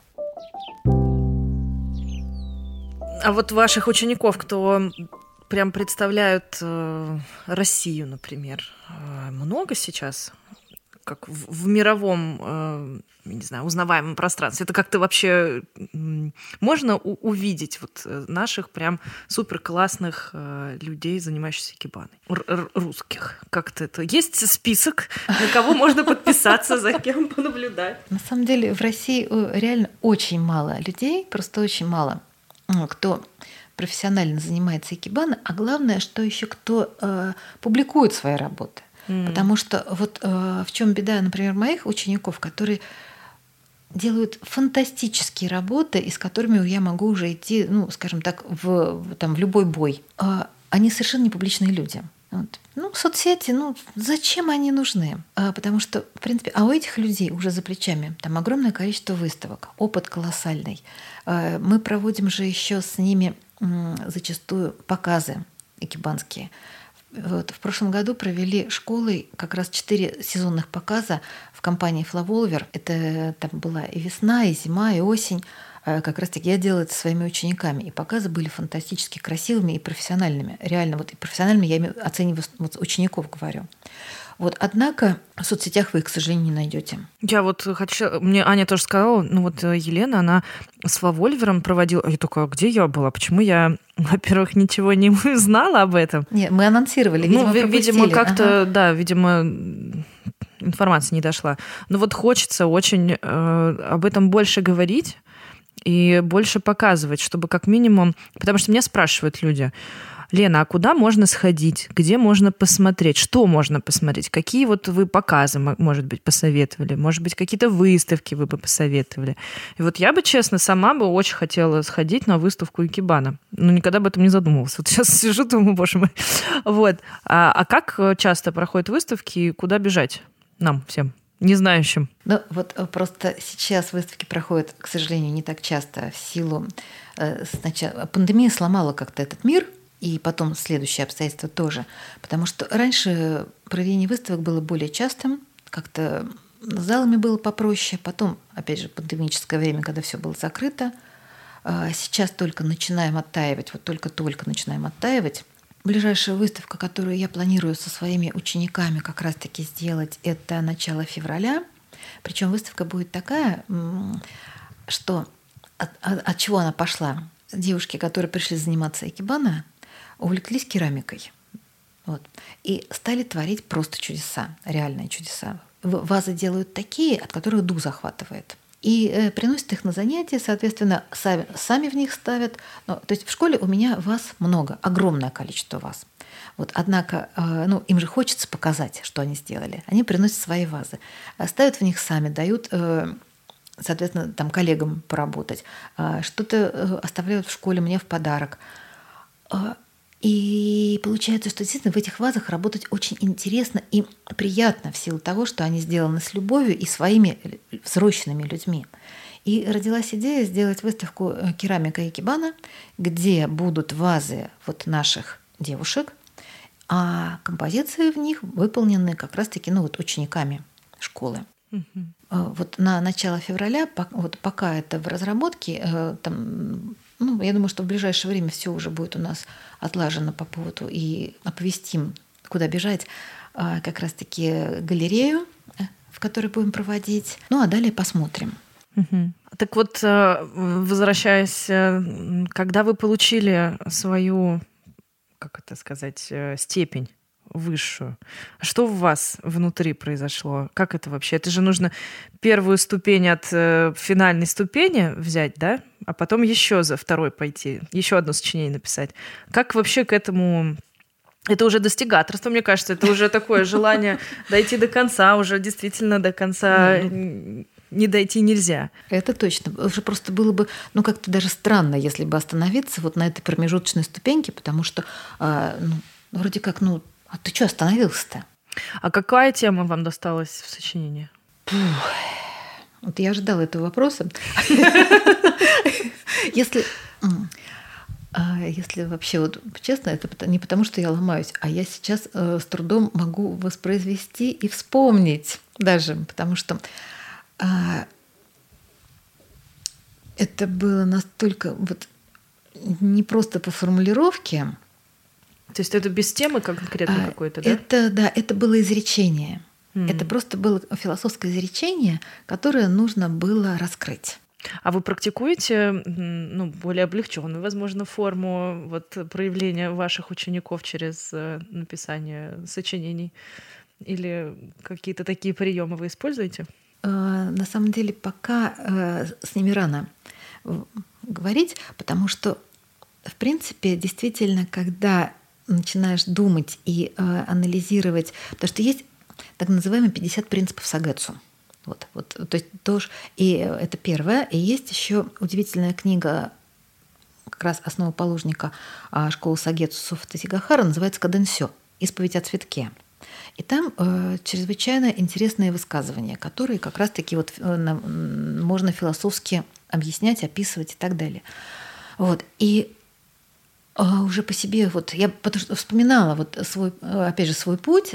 А вот ваших учеников, кто прям представляют Россию, например, много сейчас, как в мировом, не знаю, узнаваемом пространстве? Это как-то вообще можно увидеть вот наших прям супер классных людей, занимающихся икебаной, русских? Как-то это есть список, на кого можно подписаться, за кем понаблюдать? На самом деле в России реально очень мало людей, просто очень мало, кто профессионально занимается икебаной, а главное, что еще кто публикует свои работы. Потому что вот в чем беда, например, моих учеников, которые делают фантастические работы, и с которыми я могу уже идти, ну, скажем так, в любой бой. Они совершенно не публичные люди. Вот. Ну, соцсети, зачем они нужны? Потому что, в принципе, у этих людей уже за плечами там огромное количество выставок, опыт колоссальный. Мы проводим же еще с ними зачастую показы икебанские. Вот в прошлом году провели школой как раз 4 сезонных показа в компании Флаволвер. Это там была и весна, и зима, и осень. Как раз-таки я делала это своими учениками. И показы были фантастически красивыми и профессиональными. Реально, вот и профессиональными я оцениваю учеников, говорю. Вот, однако в соцсетях вы их, к сожалению, не найдете. Я вот хочу... Мне Аня тоже сказала, Елена, она с Флавольвером проводила... Я такая, где я была? Почему я, во-первых, ничего не знала об этом? Нет, мы анонсировали, видимо, как-то, да, видимо, информация не дошла. Но вот хочется очень об этом больше говорить и больше показывать, чтобы как минимум... Потому что меня спрашивают люди... Лена, а куда можно сходить? Где можно посмотреть? Что можно посмотреть? Какие вот вы показы, может быть, посоветовали? Может быть, какие-то выставки вы бы посоветовали? И вот я бы, честно, сама бы очень хотела сходить на выставку икебана. Но никогда об этом не задумывалась. Вот сейчас сижу, думаю, боже мой. Вот. А как часто проходят выставки и куда бежать нам всем? Не знающим. Ну, вот просто сейчас выставки проходят, к сожалению, не так часто в силу... Сначала пандемия сломала как-то этот мир, и потом следующие обстоятельства тоже. Потому что раньше проведение выставок было более частым, как-то с залами было попроще. Потом, опять же, пандемическое время, когда все было закрыто. Сейчас только начинаем оттаивать, вот только-только начинаем оттаивать. Ближайшая выставка, которую я планирую со своими учениками как раз-таки сделать, это начало февраля. Причем выставка будет такая, что от чего она пошла? Девушки, которые пришли заниматься икебана, увлеклись керамикой. Вот. И стали творить просто чудеса, реальные чудеса. Вазы делают такие, от которых дух захватывает. И приносят их на занятия, соответственно, сами в них ставят. То есть в школе у меня ваз много, огромное количество ваз. Вот, однако им же хочется показать, что они сделали. Они приносят свои вазы, ставят в них сами, дают, соответственно, там, коллегам поработать. Что-то оставляют в школе мне в подарок. И получается, что действительно в этих вазах работать очень интересно и приятно в силу того, что они сделаны с любовью и своими взросленными людьми. И родилась идея сделать выставку «Керамика икебана», где будут вазы вот наших девушек, а композиции в них выполнены как раз-таки учениками школы. Вот на начало февраля, вот пока это в разработке, там, я думаю, что в ближайшее время все уже будет у нас отлажено по поводу и оповестим, куда бежать, как раз-таки галерею, в которой будем проводить. А далее посмотрим. Так вот, возвращаясь, когда вы получили свою, как это сказать, степень высшую, что в вас внутри произошло? Как это вообще? Это же нужно первую ступень от финальной ступени взять, да? А потом еще за второй пойти, еще одно сочинение написать. Как вообще к этому... Это уже достигаторство, мне кажется, это уже такое желание дойти до конца, уже действительно до конца не дойти нельзя. Это точно. Уже просто было бы, как-то даже странно, если бы остановиться вот на этой промежуточной ступеньке, потому что, вроде как, а ты что остановился-то? А какая тема вам досталась в сочинении? Вот я ожидала этого вопроса. Если вообще, вот честно, это не потому, что я ломаюсь, а я сейчас с трудом могу воспроизвести и вспомнить даже, потому что это было настолько вот не просто по формулировке. То есть это без темы конкретно какой-то, да? Это было изречение. Это просто было философское изречение, которое нужно было раскрыть. А вы практикуете более облегченную, возможно, форму проявления ваших учеников через написание сочинений? Или какие-то такие приемы вы используете? На самом деле пока с ними рано говорить, потому что, в принципе, действительно, когда начинаешь думать и анализировать, потому что есть так называемые 50 принципов Сагетсу. То есть тоже, и это первое. И есть еще удивительная книга как раз основоположника школы Сагетсу Софта Сигахара, называется «Каденсё. Исповедь о цветке». И там чрезвычайно интересные высказывания, которые как раз-таки можно философски объяснять, описывать и так далее. И уже по себе, я потому что вспоминала свой путь,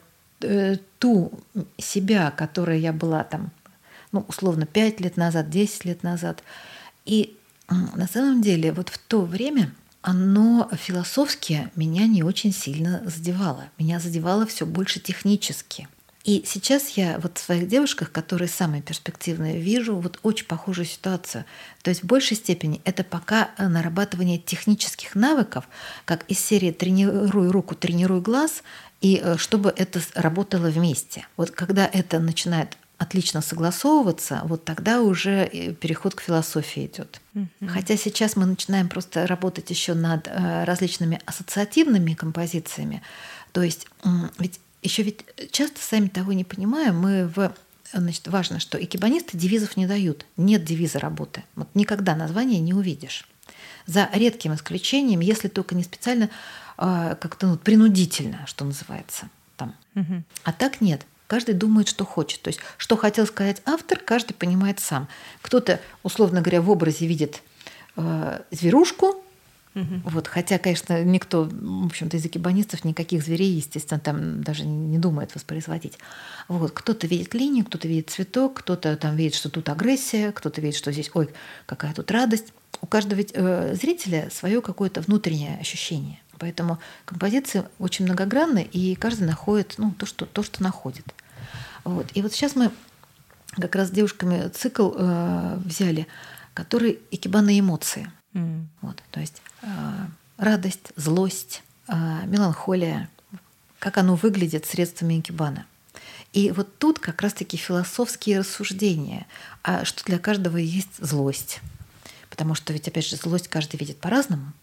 ту себя, которая я была там, условно, 5 лет назад, 10 лет назад. И на самом деле в то время оно философски меня не очень сильно задевало. Меня задевало все больше технически. И сейчас я в своих девушках, которые самые перспективные, вижу очень похожую ситуацию. То есть в большей степени это пока нарабатывание технических навыков, как из серии «тренируй руку, тренируй глаз», и чтобы это работало вместе. Когда это начинает отлично согласовываться, тогда уже переход к философии идет. Хотя сейчас мы начинаем просто работать еще над различными ассоциативными композициями. То есть ведь часто, сами того не понимая, важно, что икебанисты девизов не дают. Нет девиза работы. Никогда название не увидишь. За редким исключением, если только не специально как-то принудительно, что называется. Там. А так нет. Каждый думает, что хочет. То есть, что хотел сказать автор, каждый понимает сам. Кто-то, условно говоря, в образе видит зверушку, хотя, конечно, никто, в общем-то, из икебанистов никаких зверей, естественно, там даже не думает воспроизводить. Кто-то видит линию, кто-то видит цветок, кто-то там видит, что тут агрессия, кто-то видит, что здесь, какая тут радость. У каждого ведь зрителя свое какое-то внутреннее ощущение. Поэтому композиции очень многогранны, и каждый находит то, что находит. И сейчас мы как раз с девушками цикл взяли, который икебана эмоции. То есть радость, злость, меланхолия, как оно выглядит средствами икебана. И тут как раз-таки философские рассуждения, что для каждого есть злость. Потому что ведь, опять же, злость каждый видит по-разному.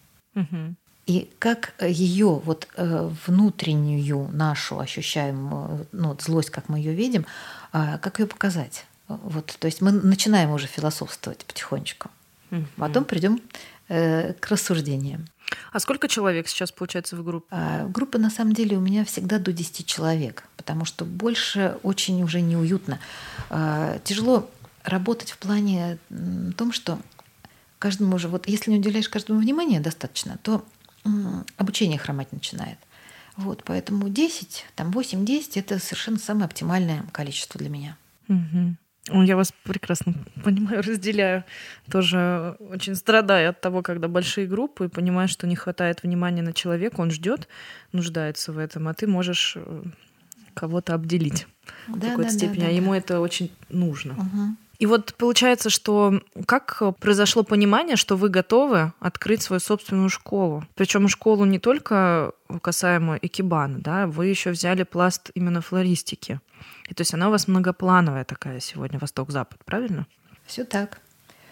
И как ее внутреннюю нашу ощущаемую злость, как мы ее видим, как ее показать? То есть мы начинаем уже философствовать потихонечку. Потом придем к рассуждениям. А сколько человек сейчас, получается, в группе? Группа, на самом деле, у меня всегда до 10 человек, потому что больше очень уже неуютно. Тяжело работать в плане том, что каждому уже, если не уделяешь каждому внимания достаточно, то обучение хромать начинает. Поэтому 10, 8-10 – это совершенно самое оптимальное количество для меня. Я вас прекрасно понимаю, разделяю. Тоже очень страдаю от того, когда большие группы, и понимаешь, что не хватает внимания на человека, он ждет, нуждается в этом, а ты можешь кого-то обделить в какой-то степени, а ему это очень нужно. И вот получается, что как произошло понимание, что вы готовы открыть свою собственную школу? Причем школу не только касаемо икебаны, да, вы еще взяли пласт именно флористики. И то есть она у вас многоплановая такая сегодня, восток-запад, правильно? Все так.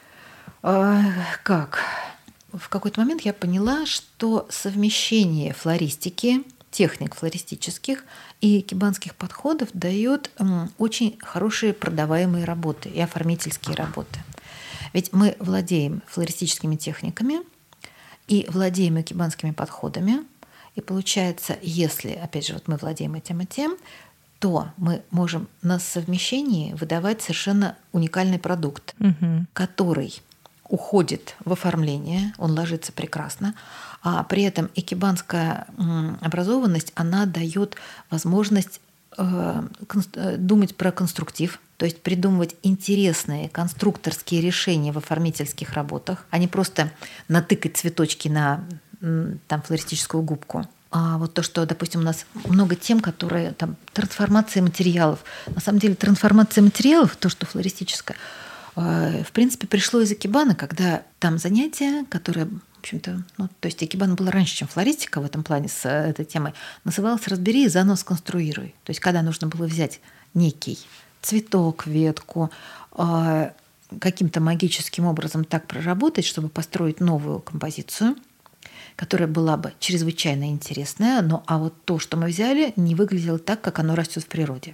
Как? В какой-то момент я поняла, что совмещение флористики, техник флористических и икебанских подходов дает очень хорошие продаваемые работы и оформительские работы. Ведь мы владеем флористическими техниками и владеем икебанскими подходами. И получается, если, опять же, вот мы владеем этим и тем, то мы можем на совмещении выдавать совершенно уникальный продукт, который уходит в оформление, он ложится прекрасно, а при этом икебанская образованность, она дает возможность думать про конструктив, то есть придумывать интересные конструкторские решения в оформительских работах, а не просто натыкать цветочки на там, флористическую губку. А вот то, что, допустим, у нас много тем, которые там трансформация материалов. На самом деле трансформация материалов, то, что флористическое, в принципе, пришло из икебаны, когда там занятие, которое, в общем-то, то есть икебана была раньше, чем флористика в этом плане с этой темой, называлось «Разбери и заново сконструируй». То есть когда нужно было взять некий цветок, ветку, каким-то магическим образом так проработать, чтобы построить новую композицию, которая была бы чрезвычайно интересная, а вот то, что мы взяли, не выглядело так, как оно растет в природе.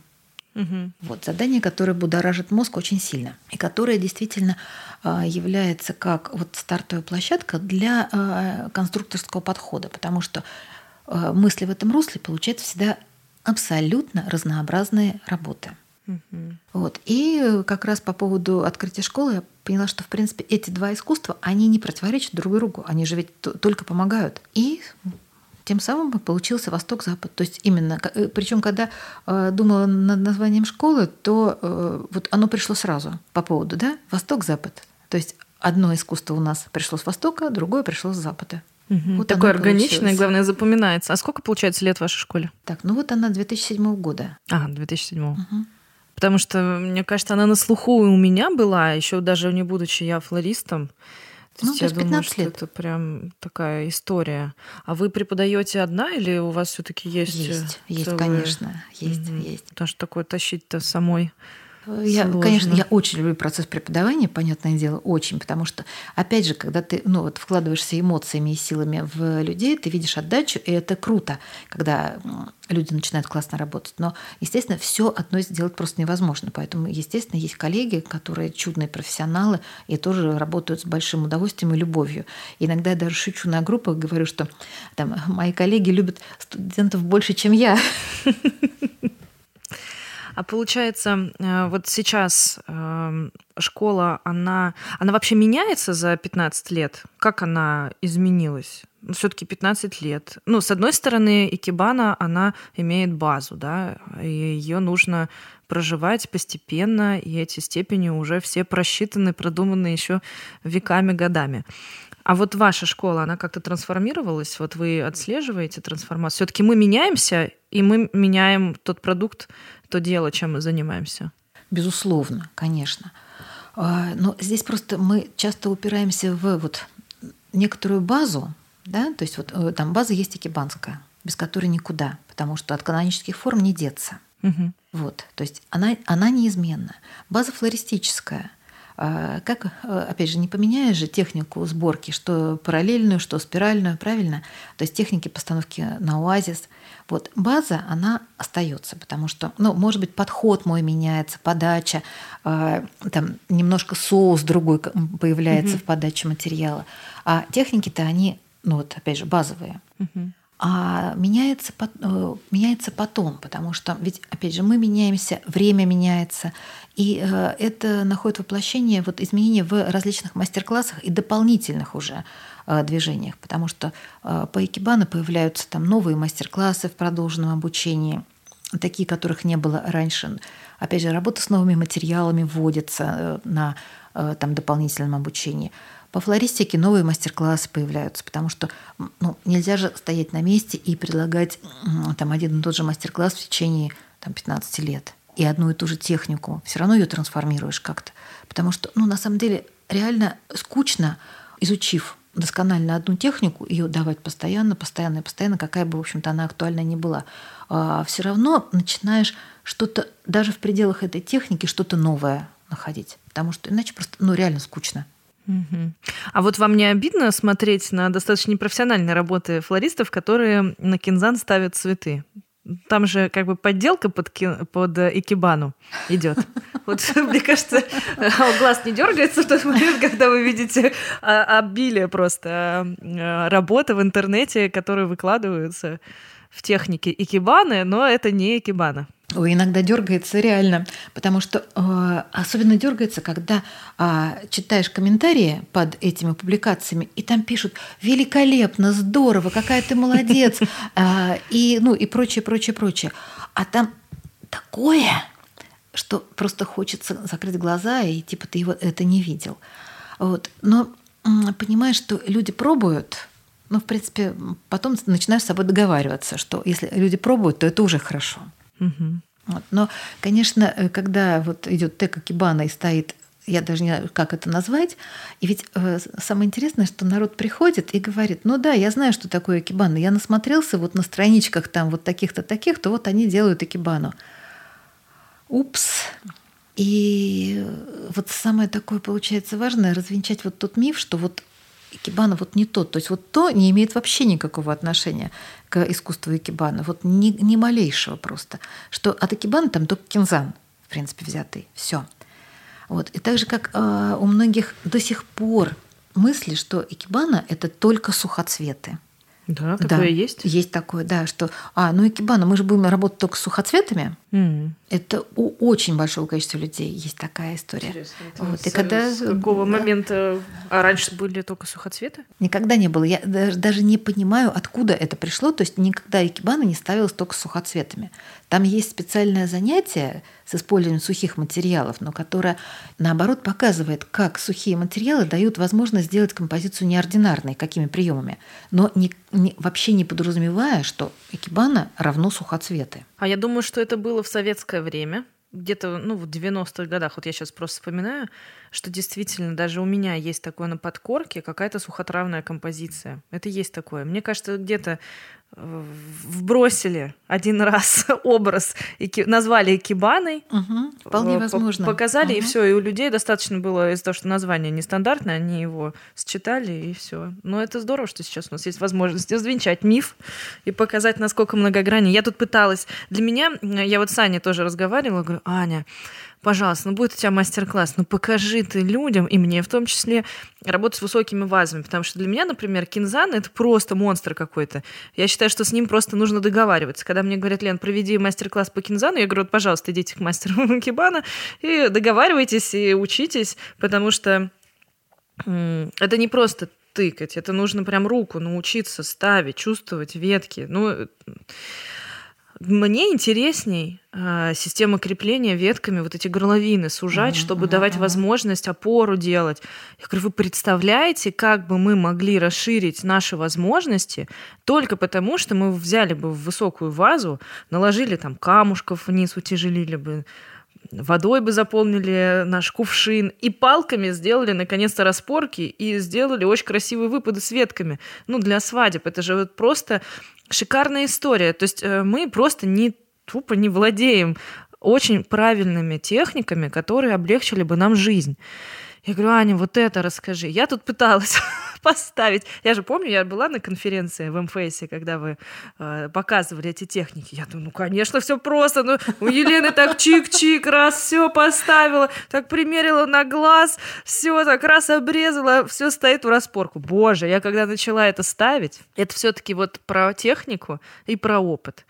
Вот задание, которое будоражит мозг очень сильно и которое действительно является как вот стартовая площадка для конструкторского подхода, потому что мысли в этом русле получают всегда абсолютно разнообразные работы. Вот. И как раз по поводу открытия школы я поняла, что в принципе эти два искусства, они не противоречат друг другу, они же ведь только помогают. И тем самым получился Восток-Запад. То есть именно, причем когда думала над названием школы, то вот оно пришло сразу по поводу, да, Восток-Запад. То есть одно искусство у нас пришло с Востока, другое пришло с Запада. Вот такое органичное, и, главное, запоминается. А сколько, получается, лет в вашей школе? Так, вот она 2007 года. 2007. Потому что, мне кажется, она на слуху и у меня была, еще даже не будучи я флористом. То есть я думаю, что это прям такая история. А вы преподаете одна или у вас все-таки есть? Есть, конечно, есть. Потому что такое тащить-то самой. Конечно, я очень люблю процесс преподавания, понятное дело, очень, потому что, опять же, когда ты вкладываешься эмоциями и силами в людей, ты видишь отдачу, и это круто, когда люди начинают классно работать. Но, естественно, все одно сделать просто невозможно. Поэтому, естественно, есть коллеги, которые чудные профессионалы и тоже работают с большим удовольствием и любовью. И иногда я даже шучу на группах, говорю, что там, мои коллеги любят студентов больше, чем я. А получается, вот сейчас школа, она вообще меняется за 15 лет? Как она изменилась? Все-таки 15 лет. С одной стороны, икебана, она имеет базу, да, и ее нужно проживать постепенно, и эти степени уже все просчитаны, продуманы еще веками, годами. А вот ваша школа, она как-то трансформировалась? Вот вы отслеживаете трансформацию? Все-таки мы меняемся, и мы меняем тот продукт, то дело, чем мы занимаемся? Безусловно, конечно. Но здесь просто мы часто упираемся в некоторую базу, да, то есть там база есть икебанская, без которой никуда, потому что от канонических форм не деться. Вот, то есть она неизменна. База флористическая. Как, опять же, не поменяешь же технику сборки, что параллельную, что спиральную, правильно? То есть техники постановки на оазис. Вот база, она остается, потому что, может быть, подход мой меняется, подача, там немножко соус другой появляется в подаче материала. А техники-то они, опять же, базовые. А меняется потом, потому что ведь, опять же, мы меняемся, время меняется, и это находит воплощение изменения в различных мастер-классах и дополнительных уже движениях, потому что по икебана появляются там новые мастер-классы в продолженном обучении, такие, которых не было раньше. Опять же, работа с новыми материалами вводится на там, дополнительном обучении. По флористике новые мастер-классы появляются, потому что нельзя же стоять на месте и предлагать там, один и тот же мастер-класс в течение там, 15 лет. И одну и ту же технику. Все равно ее трансформируешь как-то. Потому что, на самом деле, реально скучно, изучив досконально одну технику, ее давать постоянно, какая бы, в общем-то, она актуальна ни была. Все равно начинаешь что-то, даже в пределах этой техники, что-то новое находить. Потому что иначе просто, реально скучно. А вот вам не обидно смотреть на достаточно непрофессиональные работы флористов, которые на кинзан ставят цветы? Там же как бы подделка под икебану идет. Вот мне кажется, глаз не дергается в тот момент, когда вы видите обилие просто работы в интернете, которые выкладываются в технике икебаны, но это не икебана. Ой, иногда дергается реально, потому что особенно дергается, когда читаешь комментарии под этими публикациями, и там пишут «великолепно, здорово, какая ты молодец», и прочее. А там такое, что просто хочется закрыть глаза, и типа ты это не видел. Вот. Но понимаешь, что люди пробуют, в принципе, потом начинаешь с собой договариваться, что если люди пробуют, то это уже хорошо. Вот. Но, конечно, когда вот идет тека икебана и стоит, я даже не знаю, как это назвать, и ведь самое интересное, что народ приходит и говорит, я знаю, что такое икебана, я насмотрелся вот на страничках там вот таких-то, таких-то, вот они делают икебану. Упс. И вот самое такое получается важное развенчать вот тот миф, что вот икебана вот не то. То есть вот то не имеет вообще никакого отношения к искусству икебана. Вот ни малейшего просто. Что от икебана там только кинзан, в принципе, взятый. Все. Вот. И так же, как у многих до сих пор мысли, что икебана — это только сухоцветы. Да, такое есть? Есть такое, да, что икебана, мы же будем работать только с сухоцветами. Это у очень большого количества людей есть такая история. Интересно. Вот. С какого момента? А раньше были только сухоцветы? Никогда не было. Я даже не понимаю, откуда это пришло. То есть никогда икебана не ставилась только с сухоцветами. Там есть специальное занятие с использованием сухих материалов, но которое, наоборот, показывает, как сухие материалы дают возможность сделать композицию неординарной, какими приемами, но вообще не подразумевая, что икебана равно сухоцветы. А я думаю, что это было в советское время, где-то в 90-х годах, вот я сейчас просто вспоминаю, что действительно даже у меня есть такое на подкорке, какая-то сухотравная композиция. Это есть такое. Мне кажется, где-то вбросили один раз образ, назвали икебаной, вполне возможно. Показали, и все. И у людей достаточно было из-за того, что название нестандартное, они его считали, и все. Но это здорово, что сейчас у нас есть возможность развенчать миф и показать, насколько многогранен. Я тут пыталась. Для меня, я вот с Аней тоже разговаривала, говорю: Аня, пожалуйста, будет у тебя мастер-класс, покажи ты людям, и мне в том числе, работать с высокими вазами, потому что для меня, например, кинзан — это просто монстр какой-то. Я считаю, что с ним просто нужно договариваться. Когда мне говорят: Лен, проведи мастер-класс по кинзану, я говорю: вот, пожалуйста, идите к мастеру икебана и договаривайтесь, и учитесь, потому что это не просто тыкать, это нужно прям руку научиться ставить, чувствовать ветки. Мне интересней система крепления ветками, вот эти горловины сужать, чтобы давать возможность опору делать. Я говорю: вы представляете, как бы мы могли расширить наши возможности только потому, что мы взяли бы в высокую вазу, наложили там камушков вниз, утяжелили бы, водой бы заполнили наш кувшин и палками сделали наконец-то распорки и сделали очень красивые выпады с ветками. Для свадеб. Это же вот просто шикарная история. То есть мы просто тупо не владеем очень правильными техниками, которые облегчили бы нам жизнь. Я говорю: Аня, вот это расскажи. Я тут пыталась поставить. Я же помню, я была на конференции в МФСе, когда вы показывали эти техники. Я думаю: конечно, все просто. У Елены так чик-чик, раз, все поставила, так примерила на глаз, все так раз обрезала, все стоит в распорку. Боже, я когда начала это ставить, это все-таки вот про технику и про опыт.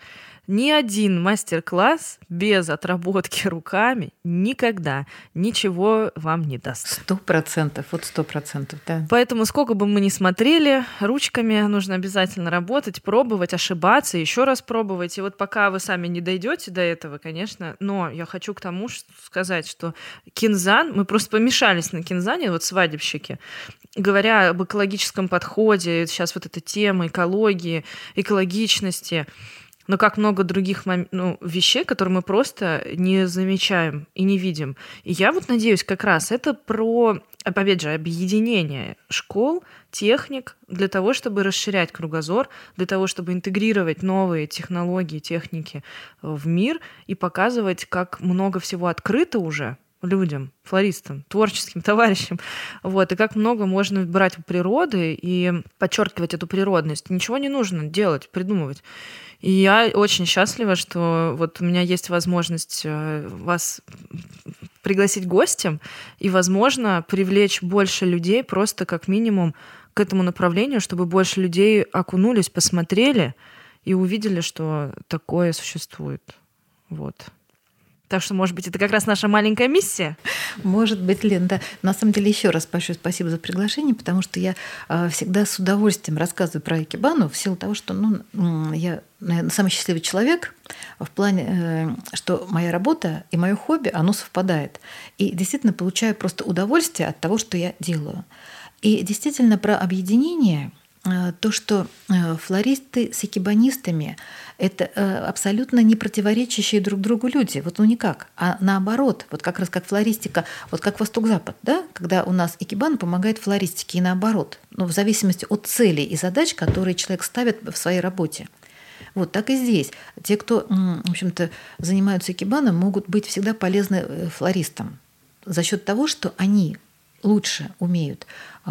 ни один мастер-класс без отработки руками никогда ничего вам не даст. 100%, вот 100%, да. Поэтому сколько бы мы ни смотрели, ручками нужно обязательно работать, пробовать, ошибаться, еще раз пробовать. И вот пока вы сами не дойдете до этого, конечно, но я хочу к тому сказать, что кинзан, мы просто помешались на кинзане, вот свадебщики, говоря об экологическом подходе, сейчас вот эта тема экологии, экологичности, но как много других вещей, которые мы просто не замечаем и не видим. И я вот надеюсь, как раз это про, опять же, объединение школ, техник для того, чтобы расширять кругозор, для того, чтобы интегрировать новые технологии, техники в мир и показывать, как много всего открыто уже людям, флористам, творческим товарищам, вот, и как много можно брать у природы и подчеркивать эту природность. Ничего не нужно делать, придумывать. И я очень счастлива, что вот у меня есть возможность вас пригласить гостем и, возможно, привлечь больше людей просто как минимум к этому направлению, чтобы больше людей окунулись, посмотрели и увидели, что такое существует. Вот. Так что, может быть, это как раз наша маленькая миссия? Может быть, Лен, да. На самом деле, еще раз большое спасибо за приглашение, потому что я всегда с удовольствием рассказываю про икебану в силу того, что я, наверное, самый счастливый человек в плане, что моя работа и мое хобби, оно совпадает. И действительно получаю просто удовольствие от того, что я делаю. И действительно про объединение, то, что флористы с икебанистами – это абсолютно не противоречащие друг другу люди. Вот никак. А наоборот, вот как раз как флористика, вот как Восток-Запад, да? Когда у нас икебана помогает флористике и наоборот. Но в зависимости от целей и задач, которые человек ставит в своей работе. Вот так и здесь. Те, кто, в общем-то, занимаются икебаной, могут быть всегда полезны флористам за счет того, что они лучше умеют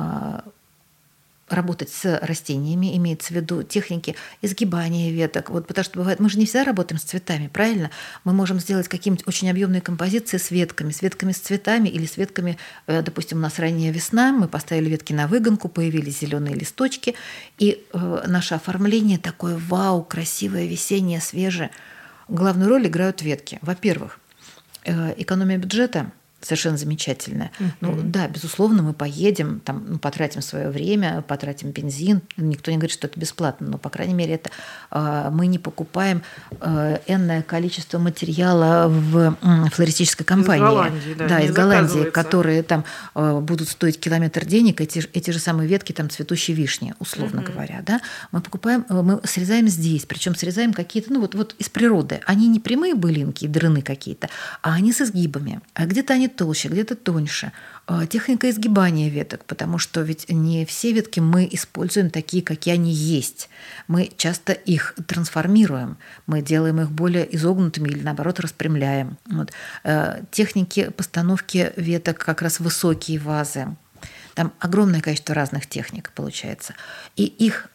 работать с растениями, имеется в виду техники изгибания веток. Вот потому что бывает, мы же не всегда работаем с цветами, правильно? Мы можем сделать какие-нибудь очень объемные композиции с ветками с цветами или с ветками, допустим, у нас ранняя весна, мы поставили ветки на выгонку, появились зеленые листочки, и наше оформление такое вау, красивое, весеннее, свежее. Главную роль играют ветки. Во-первых, экономия бюджета совершенно замечательная. Ну да, безусловно, мы поедем, там, потратим свое время, потратим бензин. Никто не говорит, что это бесплатно, но, по крайней мере, это мы не покупаем энное количество материала в флористической компании. Из Голландии, да, из Голландии, которые там будут стоить километр денег, эти же самые ветки там цветущей вишни, условно говоря. Да? Мы покупаем, мы срезаем здесь, причем срезаем какие-то, вот из природы. Они не прямые былинки, дрыны какие-то, а они с изгибами. А где-то они толще, где-то тоньше. Техника изгибания веток, потому что ведь не все ветки мы используем такие, какие они есть. Мы часто их трансформируем, мы делаем их более изогнутыми или, наоборот, распрямляем. Вот. Техники постановки веток как раз высокие вазы. Там огромное количество разных техник получается. И их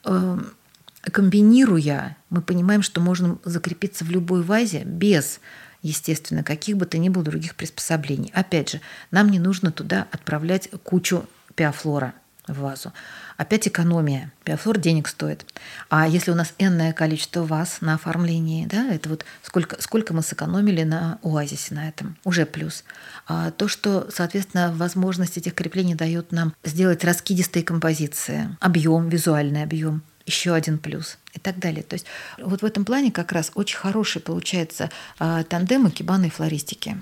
комбинируя, мы понимаем, что можно закрепиться в любой вазе без, естественно, каких бы то ни было других приспособлений. Опять же, нам не нужно туда отправлять кучу пиофлора в вазу. Опять экономия. Пиофлор денег стоит. А если у нас энное количество ваз на оформлении, да, это вот сколько мы сэкономили на оазисе на этом, уже плюс. А то, что, соответственно, возможность этих креплений дает нам сделать раскидистые композиции, объем, визуальный объем, еще один плюс и так далее. То есть вот в этом плане как раз очень хороший получается тандем икебаны и флористики.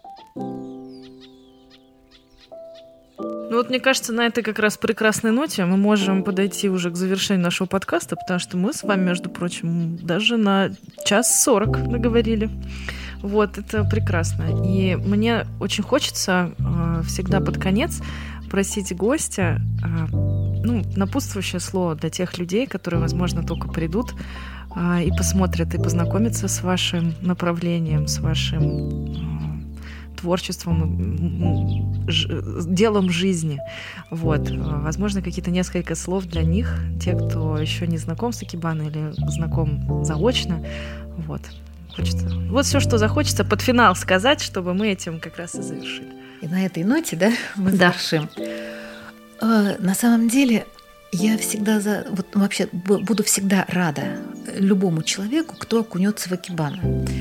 Ну вот мне кажется, на этой как раз прекрасной ноте мы можем подойти уже к завершению нашего подкаста, потому что мы с вами, между прочим, даже на 1:40 наговорили. Вот, это прекрасно. И мне очень хочется всегда под конец просить гостя напутствующее слово для тех людей, которые, возможно, только придут и посмотрят, и познакомятся с вашим направлением, с вашим творчеством, делом жизни. Вот. Возможно, какие-то несколько слов для них, те, кто еще не знаком с икебаной или знаком заочно. Вот. Хочется. Вот все, что захочется под финал сказать, чтобы мы этим как раз и завершили. И на этой ноте, да, мы завершим. На самом деле, я всегда вообще буду всегда рада любому человеку, кто окунется в икебана.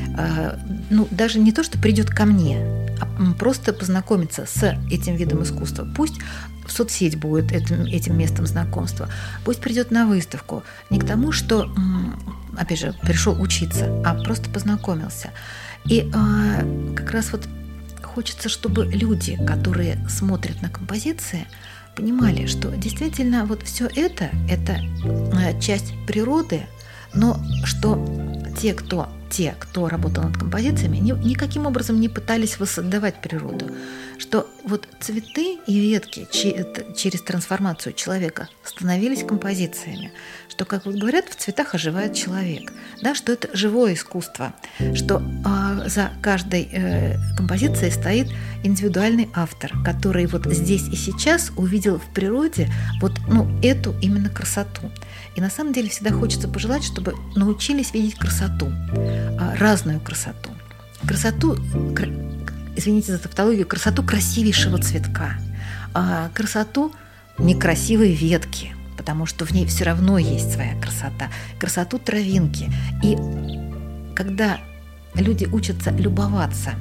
Даже не то, что придет ко мне, а просто познакомиться с этим видом искусства. Пусть в соцсеть будет этим местом знакомства, пусть придет на выставку. Не к тому, что, опять же, пришел учиться, а просто познакомился. И как раз вот хочется, чтобы люди, которые смотрят на композиции, понимали, что действительно вот все это часть природы, но что те, кто работал над композициями, никаким образом не пытались воссоздавать природу, что вот цветы и ветки через трансформацию человека становились композициями, что, как вот говорят, в цветах оживает человек, да, что это живое искусство, что за каждой композицией стоит индивидуальный автор, который вот здесь и сейчас увидел в природе эту именно красоту. И на самом деле всегда хочется пожелать, чтобы научились видеть красоту, разную красоту. Красоту, извините за тавтологию, красоту красивейшего цветка, красоту некрасивой ветки, потому что в ней все равно есть своя красота, красоту травинки. И когда люди учатся любоваться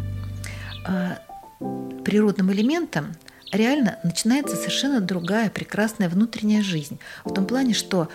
природным элементом, реально начинается совершенно другая прекрасная внутренняя жизнь. В том плане, что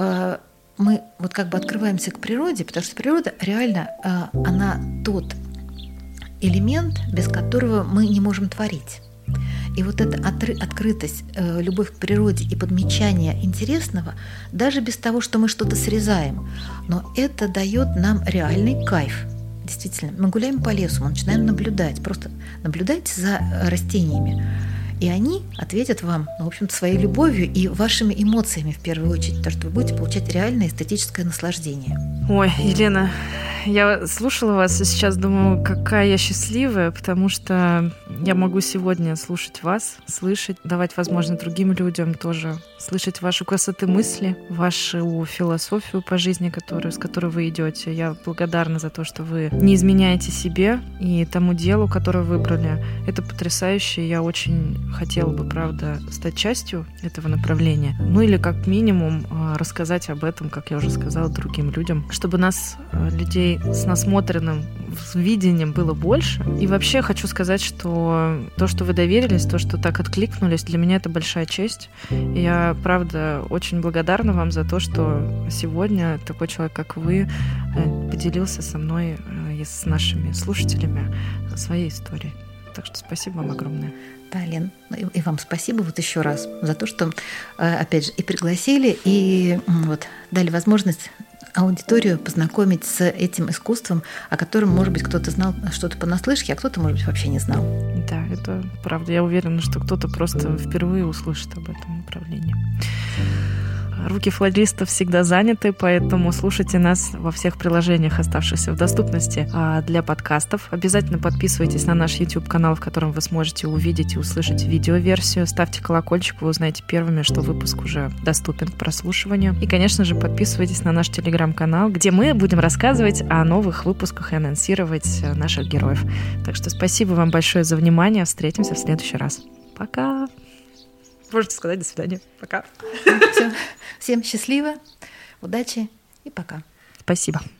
мы вот как бы открываемся к природе, потому что природа реально, она тот элемент, без которого мы не можем творить. И вот эта открытость, любовь к природе и подмечание интересного, даже без того, что мы что-то срезаем, но это дает нам реальный кайф. Действительно, мы гуляем по лесу, мы начинаем наблюдать, просто наблюдайте за растениями. И они ответят вам, в общем-то, своей любовью и вашими эмоциями в первую очередь, потому что вы будете получать реальное эстетическое наслаждение. Ой, Елена, я слушала вас и сейчас думаю, какая я счастливая, потому что я могу сегодня слушать вас, слышать, давать возможность другим людям тоже слышать вашу красоту мысли, вашу философию по жизни, с которой вы идете. Я благодарна за то, что вы не изменяете себе и тому делу, которое выбрали. Это потрясающе. Я очень хотела бы, правда, стать частью этого направления. Или как минимум рассказать об этом, как я уже сказала, другим людям, чтобы нас, людей с насмотренным видением, было больше. И вообще хочу сказать, что то, что вы доверились, то, что так откликнулись, для меня это большая честь. И я, правда, очень благодарна вам за то, что сегодня такой человек, как вы, поделился со мной и с нашими слушателями своей историей. Так что спасибо вам огромное. Да, Лен, и вам спасибо вот еще раз за то, что, опять же, и пригласили, и вот дали возможность аудиторию познакомить с этим искусством, о котором, может быть, кто-то знал что-то понаслышке, а кто-то, может быть, вообще не знал. Да, это правда. Я уверена, что кто-то просто впервые услышит об этом направлении. Руки флористов всегда заняты, поэтому слушайте нас во всех приложениях, оставшихся в доступности для подкастов. Обязательно подписывайтесь на наш YouTube-канал, в котором вы сможете увидеть и услышать видеоверсию. Ставьте колокольчик, вы узнаете первыми, что выпуск уже доступен к прослушиванию. И, конечно же, подписывайтесь на наш Telegram-канал, где мы будем рассказывать о новых выпусках и анонсировать наших героев. Так что спасибо вам большое за внимание. Встретимся в следующий раз. Пока! Можете сказать до свидания. Пока. Все. Всем счастливо, удачи и пока. Спасибо.